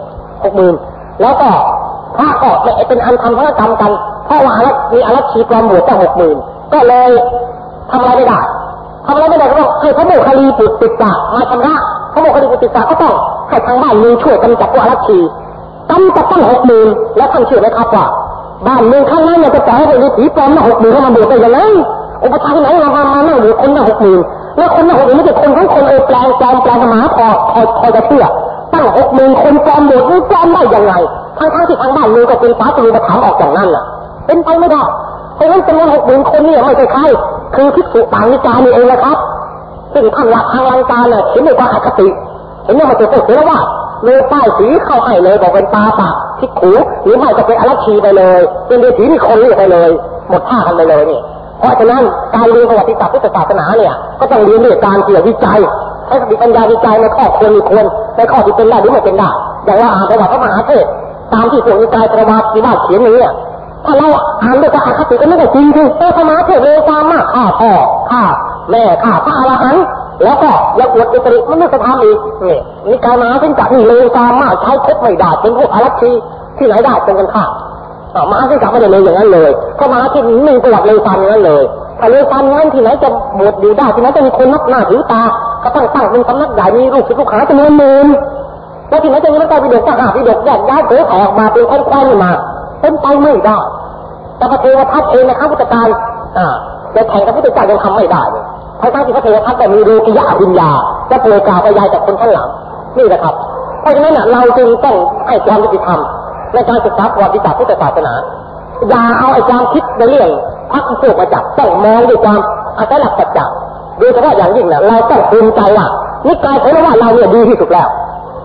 S1: 60,000แล้วก็พระก็เป็นอันทำธุรกรรมกันเพราะว่ามีอารัชชีจอมบวชตั้ง 60,000ก็เลยทำอะไรไม่ได้ก็ต้องให้พระโมคคัลลีปุตติสะมาชำระพระโมคคัลลีปุตติสะก็ต้องให้ทางบ้านเมืองช่วยกำจัดพวกอารัชชีกำจัดตั้ง 60,000แล้วท่านเชื่อไหมครับว่าบ้านเมืองข้างนั้นเนี่ยจะปล่อยให้ฤาษีปลอมตั้ง 60,000เข้ามาบวชได้ยังไงอุปถัมภ์ที่ไหนมานั่งอยู่คนตั้ง 60,000แล้วคนตั้ง 60,000ไม่ใช่คนทั้งคนแปลงธรรมะพอจะเชื่อตั้ง 60,000 คนปลอมบวชนี่ปลอมได้ยังไงทั้งที่ทางบ้านเมืองก็เป็นฟ้าจะมีอุปถัมภ์ออกจากนั้นน่ะเป็นไปไม่ได้เพราะฉะนั้นจำนวน 60,000 คนนี่ไม่ใช่ใครคือภิกษุต่างนิกายนี่เองนะครับซึ่งท่านหลักทางลังกาเนี่ยเห็นในความอคติเห็นว่ามันจะต้องเสียว่าเลยป้ายสีเข้าให้เลยบอกเป็นปาปะภิกขุหรือไม่ก็เป็นอารัชชีไปเลยเป็นฤาษีมีคนเรียกไปเลยหมดท่ากันไปเลยนี่เพราะฉะนั้นการเรียนประวัติศาสตร์พุทธศาสนาเนี่ยก็ต้องเรียนด้วยการเกี่ยววิจัยให้สติปัญญาวิจัยในข้อควรมีควรในข้อที่เป็นได้หรือไม่เป็นได้อย่างว่าอ่านประวัติพระมหาเทพตามที่พวกนิกายประวัติที่ว่าเขียนนี้ถ้าเราอ่านด้วยความอคติก็ไม่ได้จริงคือพระมหาเทพเลวทรามมากฆ่าพ่อฆ่าแม่ฆ่าพระอรหันต์แล้วก็ยังอวดอุตริมันไม่จะทำอีกนี่นิกายมหาเถรจักรนี่เลวทรามมากใช้คบไม่ได้เป็นพวกอารัชชีที่ไหนได้เป็นกันฆ่ามหาเถรจักรไม่ได้เลยอย่างนั้นเลยก็มหาเถรมีประวัติเลวทรามอย่างนั้นเลยถ้าเลวทรามนั้นที่ไหนจะบวชอยู่ได้ที่ไหนจะมีคนนับหน้าถือตาก็ตั้งเป็นสำนักใหญ่มีลูกศิษย์ลูกหาจำนวนหมื่นแล้วที่ไหนจะมีนักการวิโดกทหารวิโดกแยกย้ายเผยแผ่ออกมาเป็นแคว้นๆมาเป็นไปไม่ได้แต่พระเทวทัตเองนะครับพุทธกาลจะแข่งกับพุทธเจ้ายังทำไม่ได้เลยทั้งที่พระเทวทัตแต่มีรูกิยะอภิญญาจะเผยกล่าวไปยายจากคนข้างหลังนี่แหละครับเพราะฉะนั้นเราจึงต้องให้ความยุติธรรมในการศึกษาประวัติศาสตร์พุทธศาสนาอย่าเอาไอ้ความคิดในเรื่องพรรคพวกมาจับต้องมองด้วยความอาศัยหลักปัจจัยโดยเฉพาะอย่างยิ่งเนี่ยเราต้องภูมิใจว่านิกายเทรวาสเราเนี่ยดีที่สุดแล้ว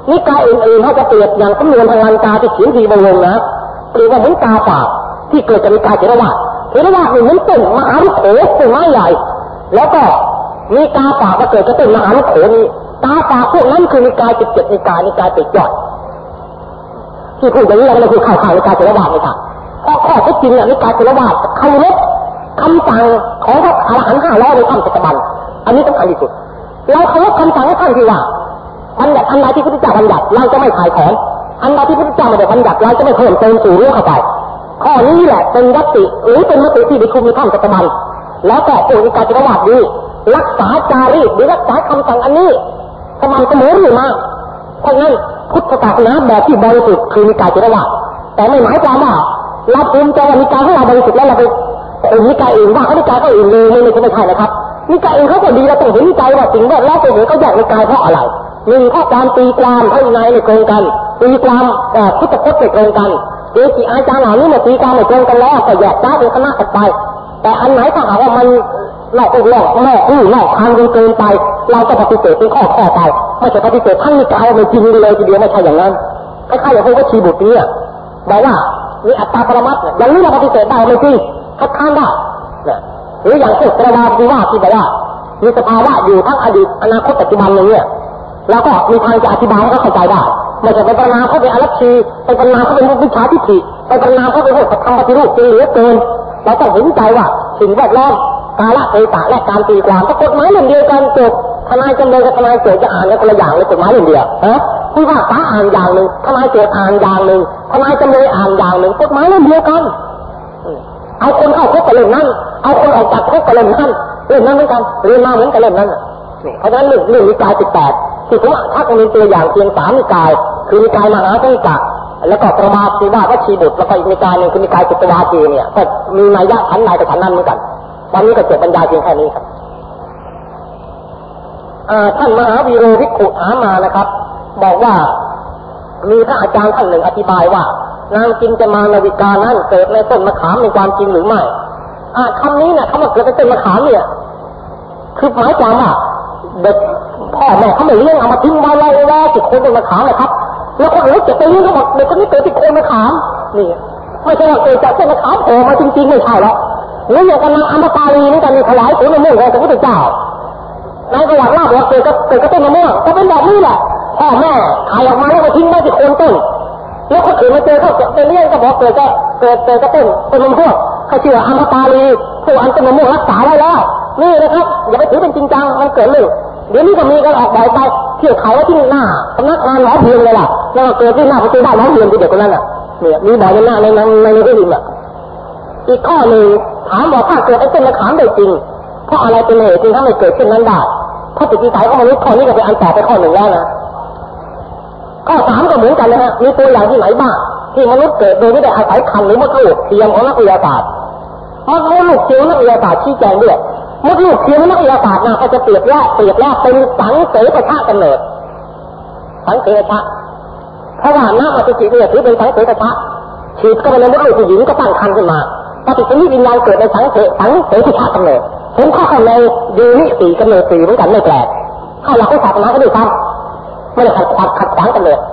S1: นิกายอื่นๆถ้าจะเปรียบอย่างสำนวนทางลังกาที่เขียนทีบางวงนะเปรียบว่าเหมือนกาฝากที่เกิดจากนิกายเถรวาทนี่เหมือนต้นมหาวิโขต้นไม้ใหญ่แล้วก็มีกาฝากมาเกิดจากต้นมหาวิโขนี้กาฝากพวกนั้นคือนิกาย17นิกายติดยอดที่พูดอย่างนี้เราคือข่าวนิกายเถรวาทเลยค่ะเพราะข้อเท็จจริงเนี่ยนิกายเถรวาทเคารพคำสั่งของพระอรหันต์500ในธรรมจักรวาลอันนี้สำคัญที่สุดเราเคารพคำสั่งของท่านที่ว่าบัญญัติอันใดที่พระพุทธเจ้าบัญญัติเราจะไม่ถ่ายถอนอันใดที่พระพุทธเจ้าไม่ได้บัญญัติเราจะไม่เพิ่มเติมสู่เรื่องเข้าไปข้อนี้แหละเป็นยัตติหรือเป็นมติที่ประชุมในธรรมจักรวาลแล้วก็ผู้นิกายเถรวาทนี้รักษาจารีตหรือรักษาคำสั่งอันนี้สม่ำเสมออยู่มาเพราะงั้นพุทธศาสนาแบบที่บริสุทธิ์คือนิกายเถรวาทแต่ไม่หมายความว่าเราภูมิใจว่านิกายของเราบริสุทธิ์แล้วเราไปนิกายอื่นว่าเขานิกายก็อื่นเลยไม่ใช่นะครับนิกายอื่นเขาก็ดีเราต้องเห็นนิกายว่าสิ่งแวดล้อมตัวเองเขาแยกนิกายเพราะอะไรหนึ่งข้อความตีความพระวินัยในตรงกันตีความพุทธพจน์ในตรงกันเอกอาจารย์เหล่านี้มาตีความในตรงกันแล้วก็แยกย้ายเป็นคณะกันไปแต่อันไหนถ้าหากว่ามันนอกทางเกินไปเราจะปฏิเสธเป็นข้อไปไม่ใช่ปฏิเสธทั้งนิกายไม่จริงเลยทีเดียวไม่ใช่อย่างนั้นคล้ายๆอย่างพวกวัชีบุตรเนี่ยบอกว่ามีอัตตาปรมัตถ์อย่างนี้เราปฏิเสธได้ไม่จริงคัดค้านได้หรืออย่างพวกกระวาที่ว่าที่บอกว่ามีสภาวะอยู่ทั้งอดีตอนาคตปัจจุบันอย่างเนี้ยแล้วก็มีทางจะอธิบายให้เขาเข้าใจได้ไม่ใช่ไปประนามเขาเป็นอรัชชีไปประนามเขาเป็นวิชาทิฏฐิไปประนามเขาเป็นพวกธรรมปฏิรูปจริงเหลือเกินเราต้องเห็นใจว่าสิ่งแวดล้อมกาลเทศะและการตีความก็กฎหมายเล่มเดียวกันจบทนายจำเลยกับทนายโจทก์จะอ่านกันคนละอย่างเลยกฎหมายเล่มเดียวผู้ว่าศาลอ่านอย่างหนึ่งทนายโจทก์อ่านอย่างหนึ่งทนายจำเลยอ่านอย่างหนึ่งกฎหมายเล่มเดียวกันเอาคนเข้าคุกกับเล่มนั้นเอาคนออกจากคุกกับเล่มนั้นเหมือนกันเรียนมาเหมือนกับเล่มนั้นเพราะฉะนั้นเรื่องนิกาย18ที่ผมถ้าจะมีตัวอย่างเพียง3นิกายคือนิกายมหาสังฆะแล้วก็ประมาชีวะวัชีบุตรแล้วก็อีกนิกายนึงคือนิกายสุตตวาทีเนี่ยก็มีนัยยะชั้นใดกับชั้นนั้นเหมือนกันวันนี้ก็จบบรรยายเพียงแค่นี้ครับท่านมหาวีโรภิกขุถามมานะครับบอกว่ามีพระอาจารย์ท่านหนึ่งอธิบายว่านางจินจามานวิกานั้นเกิดในต้นมะขามในความจริงหรือไม่คำนี้เนี่ยคำว่าเกิดในต้นมะขามเนี่ยคือหมายความว่าเด็กพ่อแม่เขาไม่เลี้ยงเอามาทิ้งไว้แล้วติดโคนต้นมะขามเลยครับแล้วคนอื่นจะไปเลี้ยงเขาบอกเด็กคนนี้เกิดติดโคนมะขามนี่ไม่ใช่ว่าเกิดจากต้นมะขามโผล่มาจริงๆไม่ใช่หรอกหรืออย่างกับนางอมตาลีนี่กันถวายผลมะม่วงของพระพุทธเจ้านายก็อยากเล่าว่าเกิดกับต้นมะม่วงก็เป็นแบบนี้แหละพ่อแม่ถ่ายออกมาแล้วก็ทิ้งไว้ติดโคนต้นแล้วคนอื่นมาเจอเขาจะไปเลี้ยงก็บอกเกิดกับต้นมะม่วงเขาชื่ออมตาลีผู้อันต้นมะม่วงรักษาไว้แล้วนี่นะครับอย่าไปถือเป็นจริงจังมันเกิดเรื่องเดี๋ยวนี้ก็มีกันออกบ่อยไปเที่ยวเขาที่หน้าสำนักงานหมอเพียงเลยล่ะแล้วก็เกิดที่หน้าประตูบ้านหมอเพียงที่เด็กคนนั้นน่ะเนี่ยมีบ่อยในหน้าในที่ดินอ่ะอีกข้อหนึ่งถามว่าถ้าเกิดไอ้ต้นมะขามได้จริงเพราะอะไรเป็นเหตุจึงทำให้เกิดเช่นนั้นได้ข้อจิตวิสัยของมนุษย์ข้อนี้ก็เป็นอันต่อไปข้อหนึ่งแล้วนะข้อ3ก็เหมือนกันนะฮะมีตัวอย่างที่ไหนบ้างที่มนุษย์เกิดโดยไม่ได้อาศัยคันหรือมดลูกเทียมของนักวิทยาศาสตร์มดลูกเทียมนักวิทยาศาสตร์ชี้แจงด้วยมดลูกเทียมนักวิทยาศาสตร์นะเขาจะเปรียบแยกเป็นสังเสปชะกำเนิดสังเสปชะเพราะว่าน้ำอสุจิเนี่ยถือเป็นสังเสปชะฉีดก็เป็นมดลูกผู้หญิงก็ตั้งครรภ์ขึ้นมาปฏิสนธิวิญญาณเกิดในสังเสปชะกำเนิดผมเข้าในยูนิ4กำเนิด4เหมือนกันไม่แปลกเข้าหลักศาสนาก็ด้วยซ้ำไม่ได้ขัดขวางกันเลย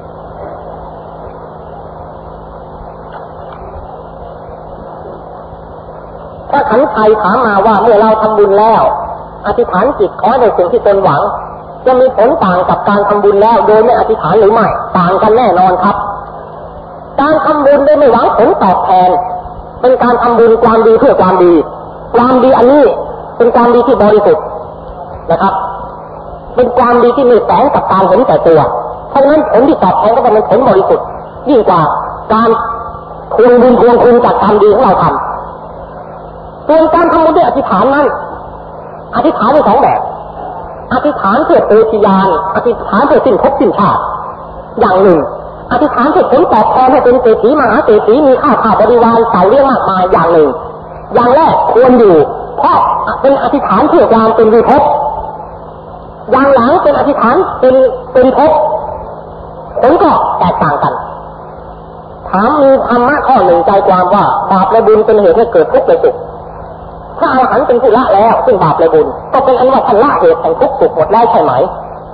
S1: พระขันธ์ไทยถามมาว่าเมื่อเราทำบุญแล้วอธิษฐานจิตขอในสิ่งที่ตนหวังจะมีผลต่างกับการทำบุญแล้วโดยไม่อธิษฐานหรือไม่ต่างกันแน่นอนครับการทำบุญโดยไม่หวังผลตอบแทนเป็นการทำบุญความดีเพื่อความดีอันนี้เป็นความดีที่บริสุทธิ์นะครับเป็นความดีที่มีแฝงกับการเห็นแต่ตัวเพราะฉะนั้นผลที่ตอบแทนก็เป็นผลบริสุทธิ์ยิ่งกว่าการทวงบุญทวงคุณจากความดีของเราทำส่วนการทำบุญด้วยอธิษฐานนั้นอธิษฐานมี2แบบอธิษฐานเพื่อโพธิญาณอธิษฐานเพื่อสิ้นภพสิ้นชาติอย่างหนึ่งอธิษฐานเพื่อผลตอบแทนให้เป็นเศรษฐีมหาเศรษฐีมีข้าวบริวารเสาเลี้ยงมากมายอย่างหนึ่งอย่างแรกควรอยู่เพราะเป็นอธิษฐานเพื่อความเป็นวิภพอย่างหลังเป็นอธิษฐานเป็นภพผลก็แตกต่างกันถามมีธรรมะข้อหนึ่งใจความว่าบาปและบุญเป็นเหตุให้เกิดทุกข์และสุขถ้าอรหันต์เป็นผู้ละแล้วซึ่งบาปและบุญก็เป็นอันว่าท่านละเหตุแห่งทุกข์สุขหมดแล้วใช่ไหม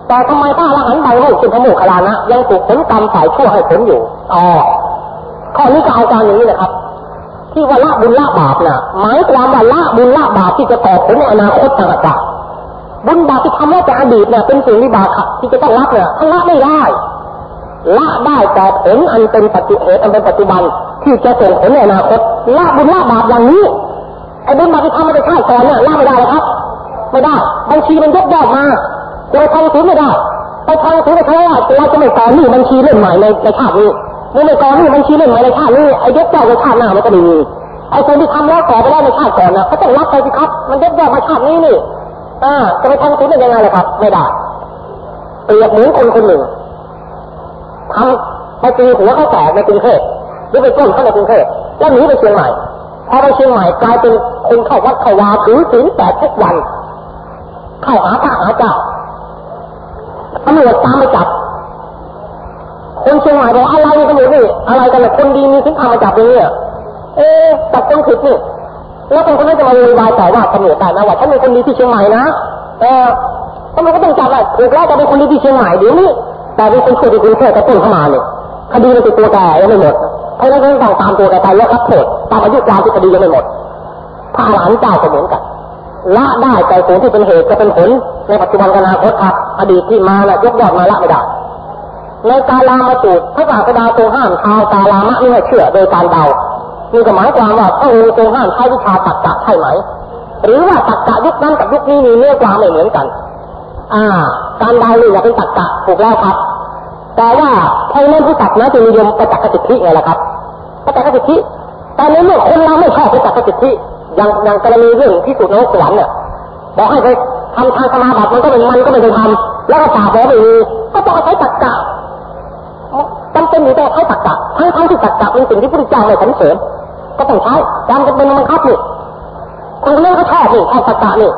S1: แต่ทำไมพระอรหันต์บางรูปเป็นพระโมคคัลลานะยังถูกผลกรรมฝ่ายชั่วให้ผลอยู่ข้อนี้ก็เอาการอย่างนี้นะครับที่ว่าละบุญละบาปน่ะหมายความว่าละบุญละบาปที่จะต่อผลในอนาคตต่างกันบุญบาปที่ทำไว้แต่อดีตเนี่ยเป็นสิ่งวิบากที่จะต้องรับเนี่ยท่านละไม่ได้ละได้แต่ผลอันเป็นปัจจุบันอันเป็นปัจจุบันที่จะส่งผลในอนาคตละบุญละบาปอย่างนี้ไอ้บุญบาปที่ทำมาในชาติก่อนเนี่ยละไม่ได้หรอกครับไม่ได้บัญชีมันยกยอดมาเราทำถึงไม่ได้ไปทำถึงไม่ได้เราจะไม่ต่อหนี้บัญชีเล่มใหม่ในชาตินี้เมื่อไม่ต่อหนี้บัญชีเล่มใหม่ในชาตินี้ไอ้ยกยอดในชาติหน้ามันก็ไม่มีไอ้คนที่ทำแล้วต่อไปได้ในชาติก่อนน่ะเขาต้องรับไปสิครับมันยกยอดมาชาตินี้นี่จะไปทำถึงได้ยังไงล่ะครับไม่ได้เปรียบเหมือนคนคนหนึ่งทำไปตีหัวเขาแตกในกรุงเทพหรือไปต้นเขาในกรุงเทพแล้วหนีไปเชียงใหม่พอไปเชียงใหม่กลายเป็นคนเข้าวัดเข้าวาถือศีล8ทุกวันเข้าหาพระหาเจ้าตำรวจตามไปจับคนเชียงใหม่บอกอะไรกันอยู่นี่อะไรกันเนี่ยคนดีมีสินค้ามาจับเลยเนี่ยจับคนผิดนี่แล้วคนนั้นจะมาโวยวายแต่ว่าตำรวจได้นะว่าฉันเป็นคนดีที่เชียงใหม่นะตำรวจก็ต้องจับเลยถูกแล้วจะเป็นคนดีที่เชียงใหม่เดี๋ยวนี้แต่เป็นคนชั่วที่กรุงเทพกระตุ้นเข้ามาเนี่ยคดีมันติดตัวแกยังไม่หมดเพราะฉะนั้นต้องตามตัวแกไปแล้วรับโทษตามอายุความที่คดียังไม่หมดพระอรหันต์เจ้าก็เหมือนกันละได้แต่ผลที่เป็นเหตุจะเป็นผลในปัจจุบันกับอนาคตครับอดีตที่มาน่ะยกยอดมาละไม่ได้ในกาลามาสูตรพระศาสดาทรงห้ามชาวกาลามะไม่ให้เชื่อโดยการเดานี่ก็หมายความว่าพระองค์ทรงห้ามใช้วิชาตรรกะใช่ไหมหรือว่าตรรกะยุคนั้นกับยุคนี้มีเนื้อความไม่เหมือนกันการเดานี่อย่าเป็นตรรกะถูกแล้วครับแต่ว่าไทยนั้นผู้ตัดนะจะนิยมประจักษ์สิทธิไงล่ะครับประจักษ์สิทธิแต่ในเมื่อคนเราไม่ชอบประจักษ์สิทธิอย่างกรณีเรื่องที่สุดนรกสวรรค์เนี่ยบอกให้ไปทำทางสมาบัติมันก็ไม่ได้ทำแล้วก็สาบบอกไม่มีก็ต้องใช้ตรรกะจำเป็นอยู่ต้องใช้ตรรกะทั้งที่ตรรกะเป็นสิ่งที่พระพุทธเจ้าไม่สรรเสริญก็ต้องใช้จำเป็นมันคับนี่คนนี้ก็ชอบนี่ชอบตรรกะนี่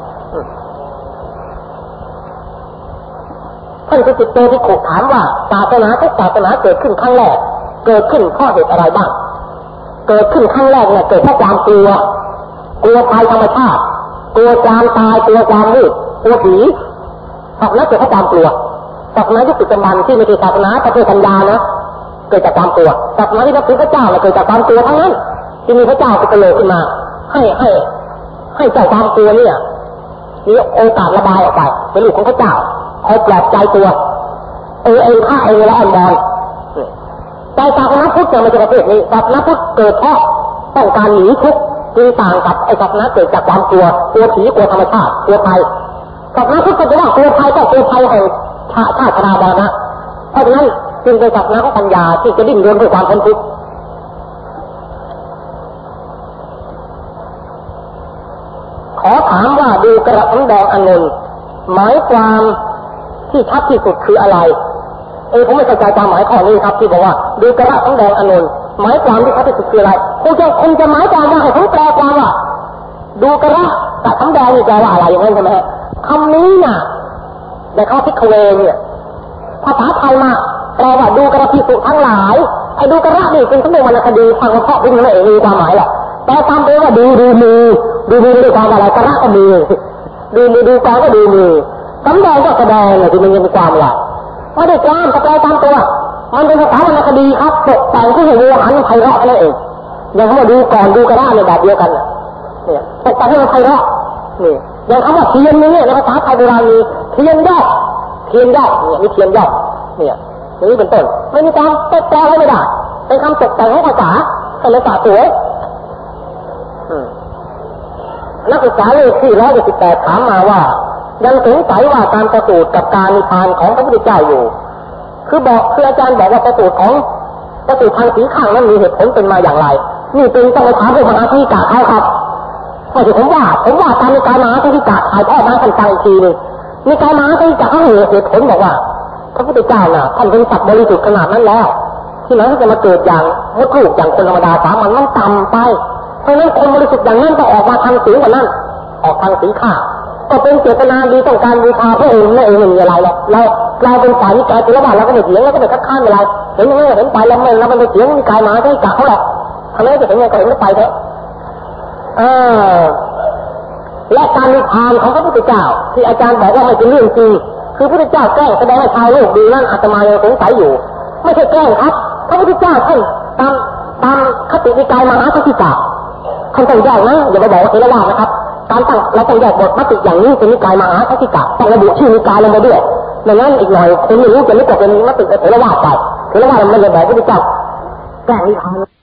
S1: ท่านสุจิตโตที่ขุดถามว่าศาสนาทุกศาสนาเกิดขึ้นครั้งแรกเกิดขึ้นเพราะเหตุอะไรบ้างเกิดขึ้นครั้งแรกเนี่ยเกิดเพราะความกลัวภัยธรรมชาติกลัวความตายกลัวความมืดกลัวผีศาสนาเกิดเพราะความกลัวศาสนายุคปัจจุบันที่ไม่ใช่ศาสนาประเภทปัญญานะเกิดจากความกลัวศาสนาที่นับถือพระเจ้าเกิดจากความกลัวทั้งนั้นที่มีพระเจ้าเป็นกระโหลกขึ้นมาให้เจ้าความกลัวเนี่ยมีโอกาสระบายออกไปเป็นลูกของพระเจ้าคอยปลอบใจตัวฆ่าและอ่อนมอนแต่ศาสนาพุทธเนี่ยมันจะประเภทนี้ศาสนาพุทธเกิดเพราะต้องการหนีทุกข์จึงต่างกับไอ้ศาสนาเกิดจากความกลัวผีกลัวธรรมชาติกลัวภัยศาสนาพุทธก็จะว่ากลัวภัยก็กลัวภัยแห่งชาติราบานะเพราะฉะนั้นจึงเป็นศาสนาของปัญญาที่จะดิ้นรนด้วยความพ้นทุกข์ขอถามว่าดูกระน้ำแดงอนนท์หมายความที่ชัดที่สุดคืออะไรผมไม่เข้าใจความหมายข้อนี้ครับที่บอกว่าดูกระน้ำแดงอนนท์หมายความที่ชัดที่สุดคืออะไรคงจะหมายความว่าให้ผมแปลความว่าดูกระน้ำแดงนี่แปลว่าอะไรอย่างนั้นใช่ไหมฮะคำนี้น่ะในข้อพิกเวเนี่ยภาษาไทยมาแปลว่าดูกระพิสุทั้งหลายไอ้ดูกระนี่เป็นสำนวนวรรณคดีฟังเพราะเป็นนั่นเองมีความหมายแหละแต่ตามไปว่าดูมือด้วยความอะไรกระก็มือดูกองก็ดูมือสำแดงก็แสดงเนี่ยที่มันยังมีความหลากไม่ได้ความแปลตามตัวมันเป็นภาษาวรรณคดีครับตกแต่งที่ให้วัวหันไพเราะนั่นเองอย่างเขาบอกดูก่อนดูกระในแบบเดียวกันเนี่ยตกแต่งให้มันไพเราะนี่อย่างคำว่าเทียนเนี่ยในภาษาไทยโบราณมีเทียนยอดเนี่ยมีเทียนยอดเนี่ยอย่างนี้เป็นต้นไม่มีการแปลไม่ได้เป็นคำตกแต่งของภาษาเป็นภาษาสวยนักศึกษาเลขที่178ถามมาว่ายังสงสัยว่าการประสูติกับการนิพพานของพระพุทธเจ้าอยู่คืออาจารย์บอกว่าประสูติทางสีข้างนั้นมีเหตุผลเป็นมาอย่างไรนี่เป็นต้องไปถามพระมหาธีกะเขาครับไม่ใช่ผมว่าตามในการมหาธีกะถ่ายทอดมาท่านฟังอีกทีนึงในการมหาธีกะเขาให้เหตุผลบอกว่าพระพุทธเจ้าน่ะท่านเป็นสัตว์บริสุทธิ์ขนาดนั้นแล้วที่นั้นจะมาเกิดอย่างมดลูกอย่างคนธรรมดาสามัญมันต่ำไปเพราะนั้นคนบริสุทธิ์อย่างนั้นต้องออกมาทางสีกว่านั้นออกทางสีข้าก็เป็นเจตนาดีต้องการบูชาพระองค์นั่นเองไม่มีอะไรหรอกเราเป็นฝ่ายนิกายศิลปะเราก็ไม่เถียงเราก็ไม่คัดค้านอะไรเห็นยังไงเห็นไปแล้วเราไม่เถียงนิกายมาให้กะเขาหรอกทำไมจะเห็นยังไงก็เห็นไปเถอะและการนิพพานของพระพุทธเจ้าที่อาจารย์บอกว่าไม่เป็นเรื่องจริงคคือพระพุทธเจ้าแกล้งแสดงให้ชาวโลกดูนั่นอาตมายังสงสัยอยู่ไม่ใช่แกล้งครับพระพุทธเจ้าท่านตามคตินิกายมหาคัสสิกะท่านต้องแยกนะอย่าไปบอกว่าเทรวาสนะครับการตั้งเราต้องแยกบทมติอย่างนี้เป็นนิกายมหาคัสสิกะต้องระบุชื่อนิกายลงมาด้วยดังนั้นอีกหน่อยคนไม่รู้จะนึกว่าเป็นมติเทรวาสไปเทรวาสมันไม่ได้แบบพระพุทธเจ้าแกล้งนิทาน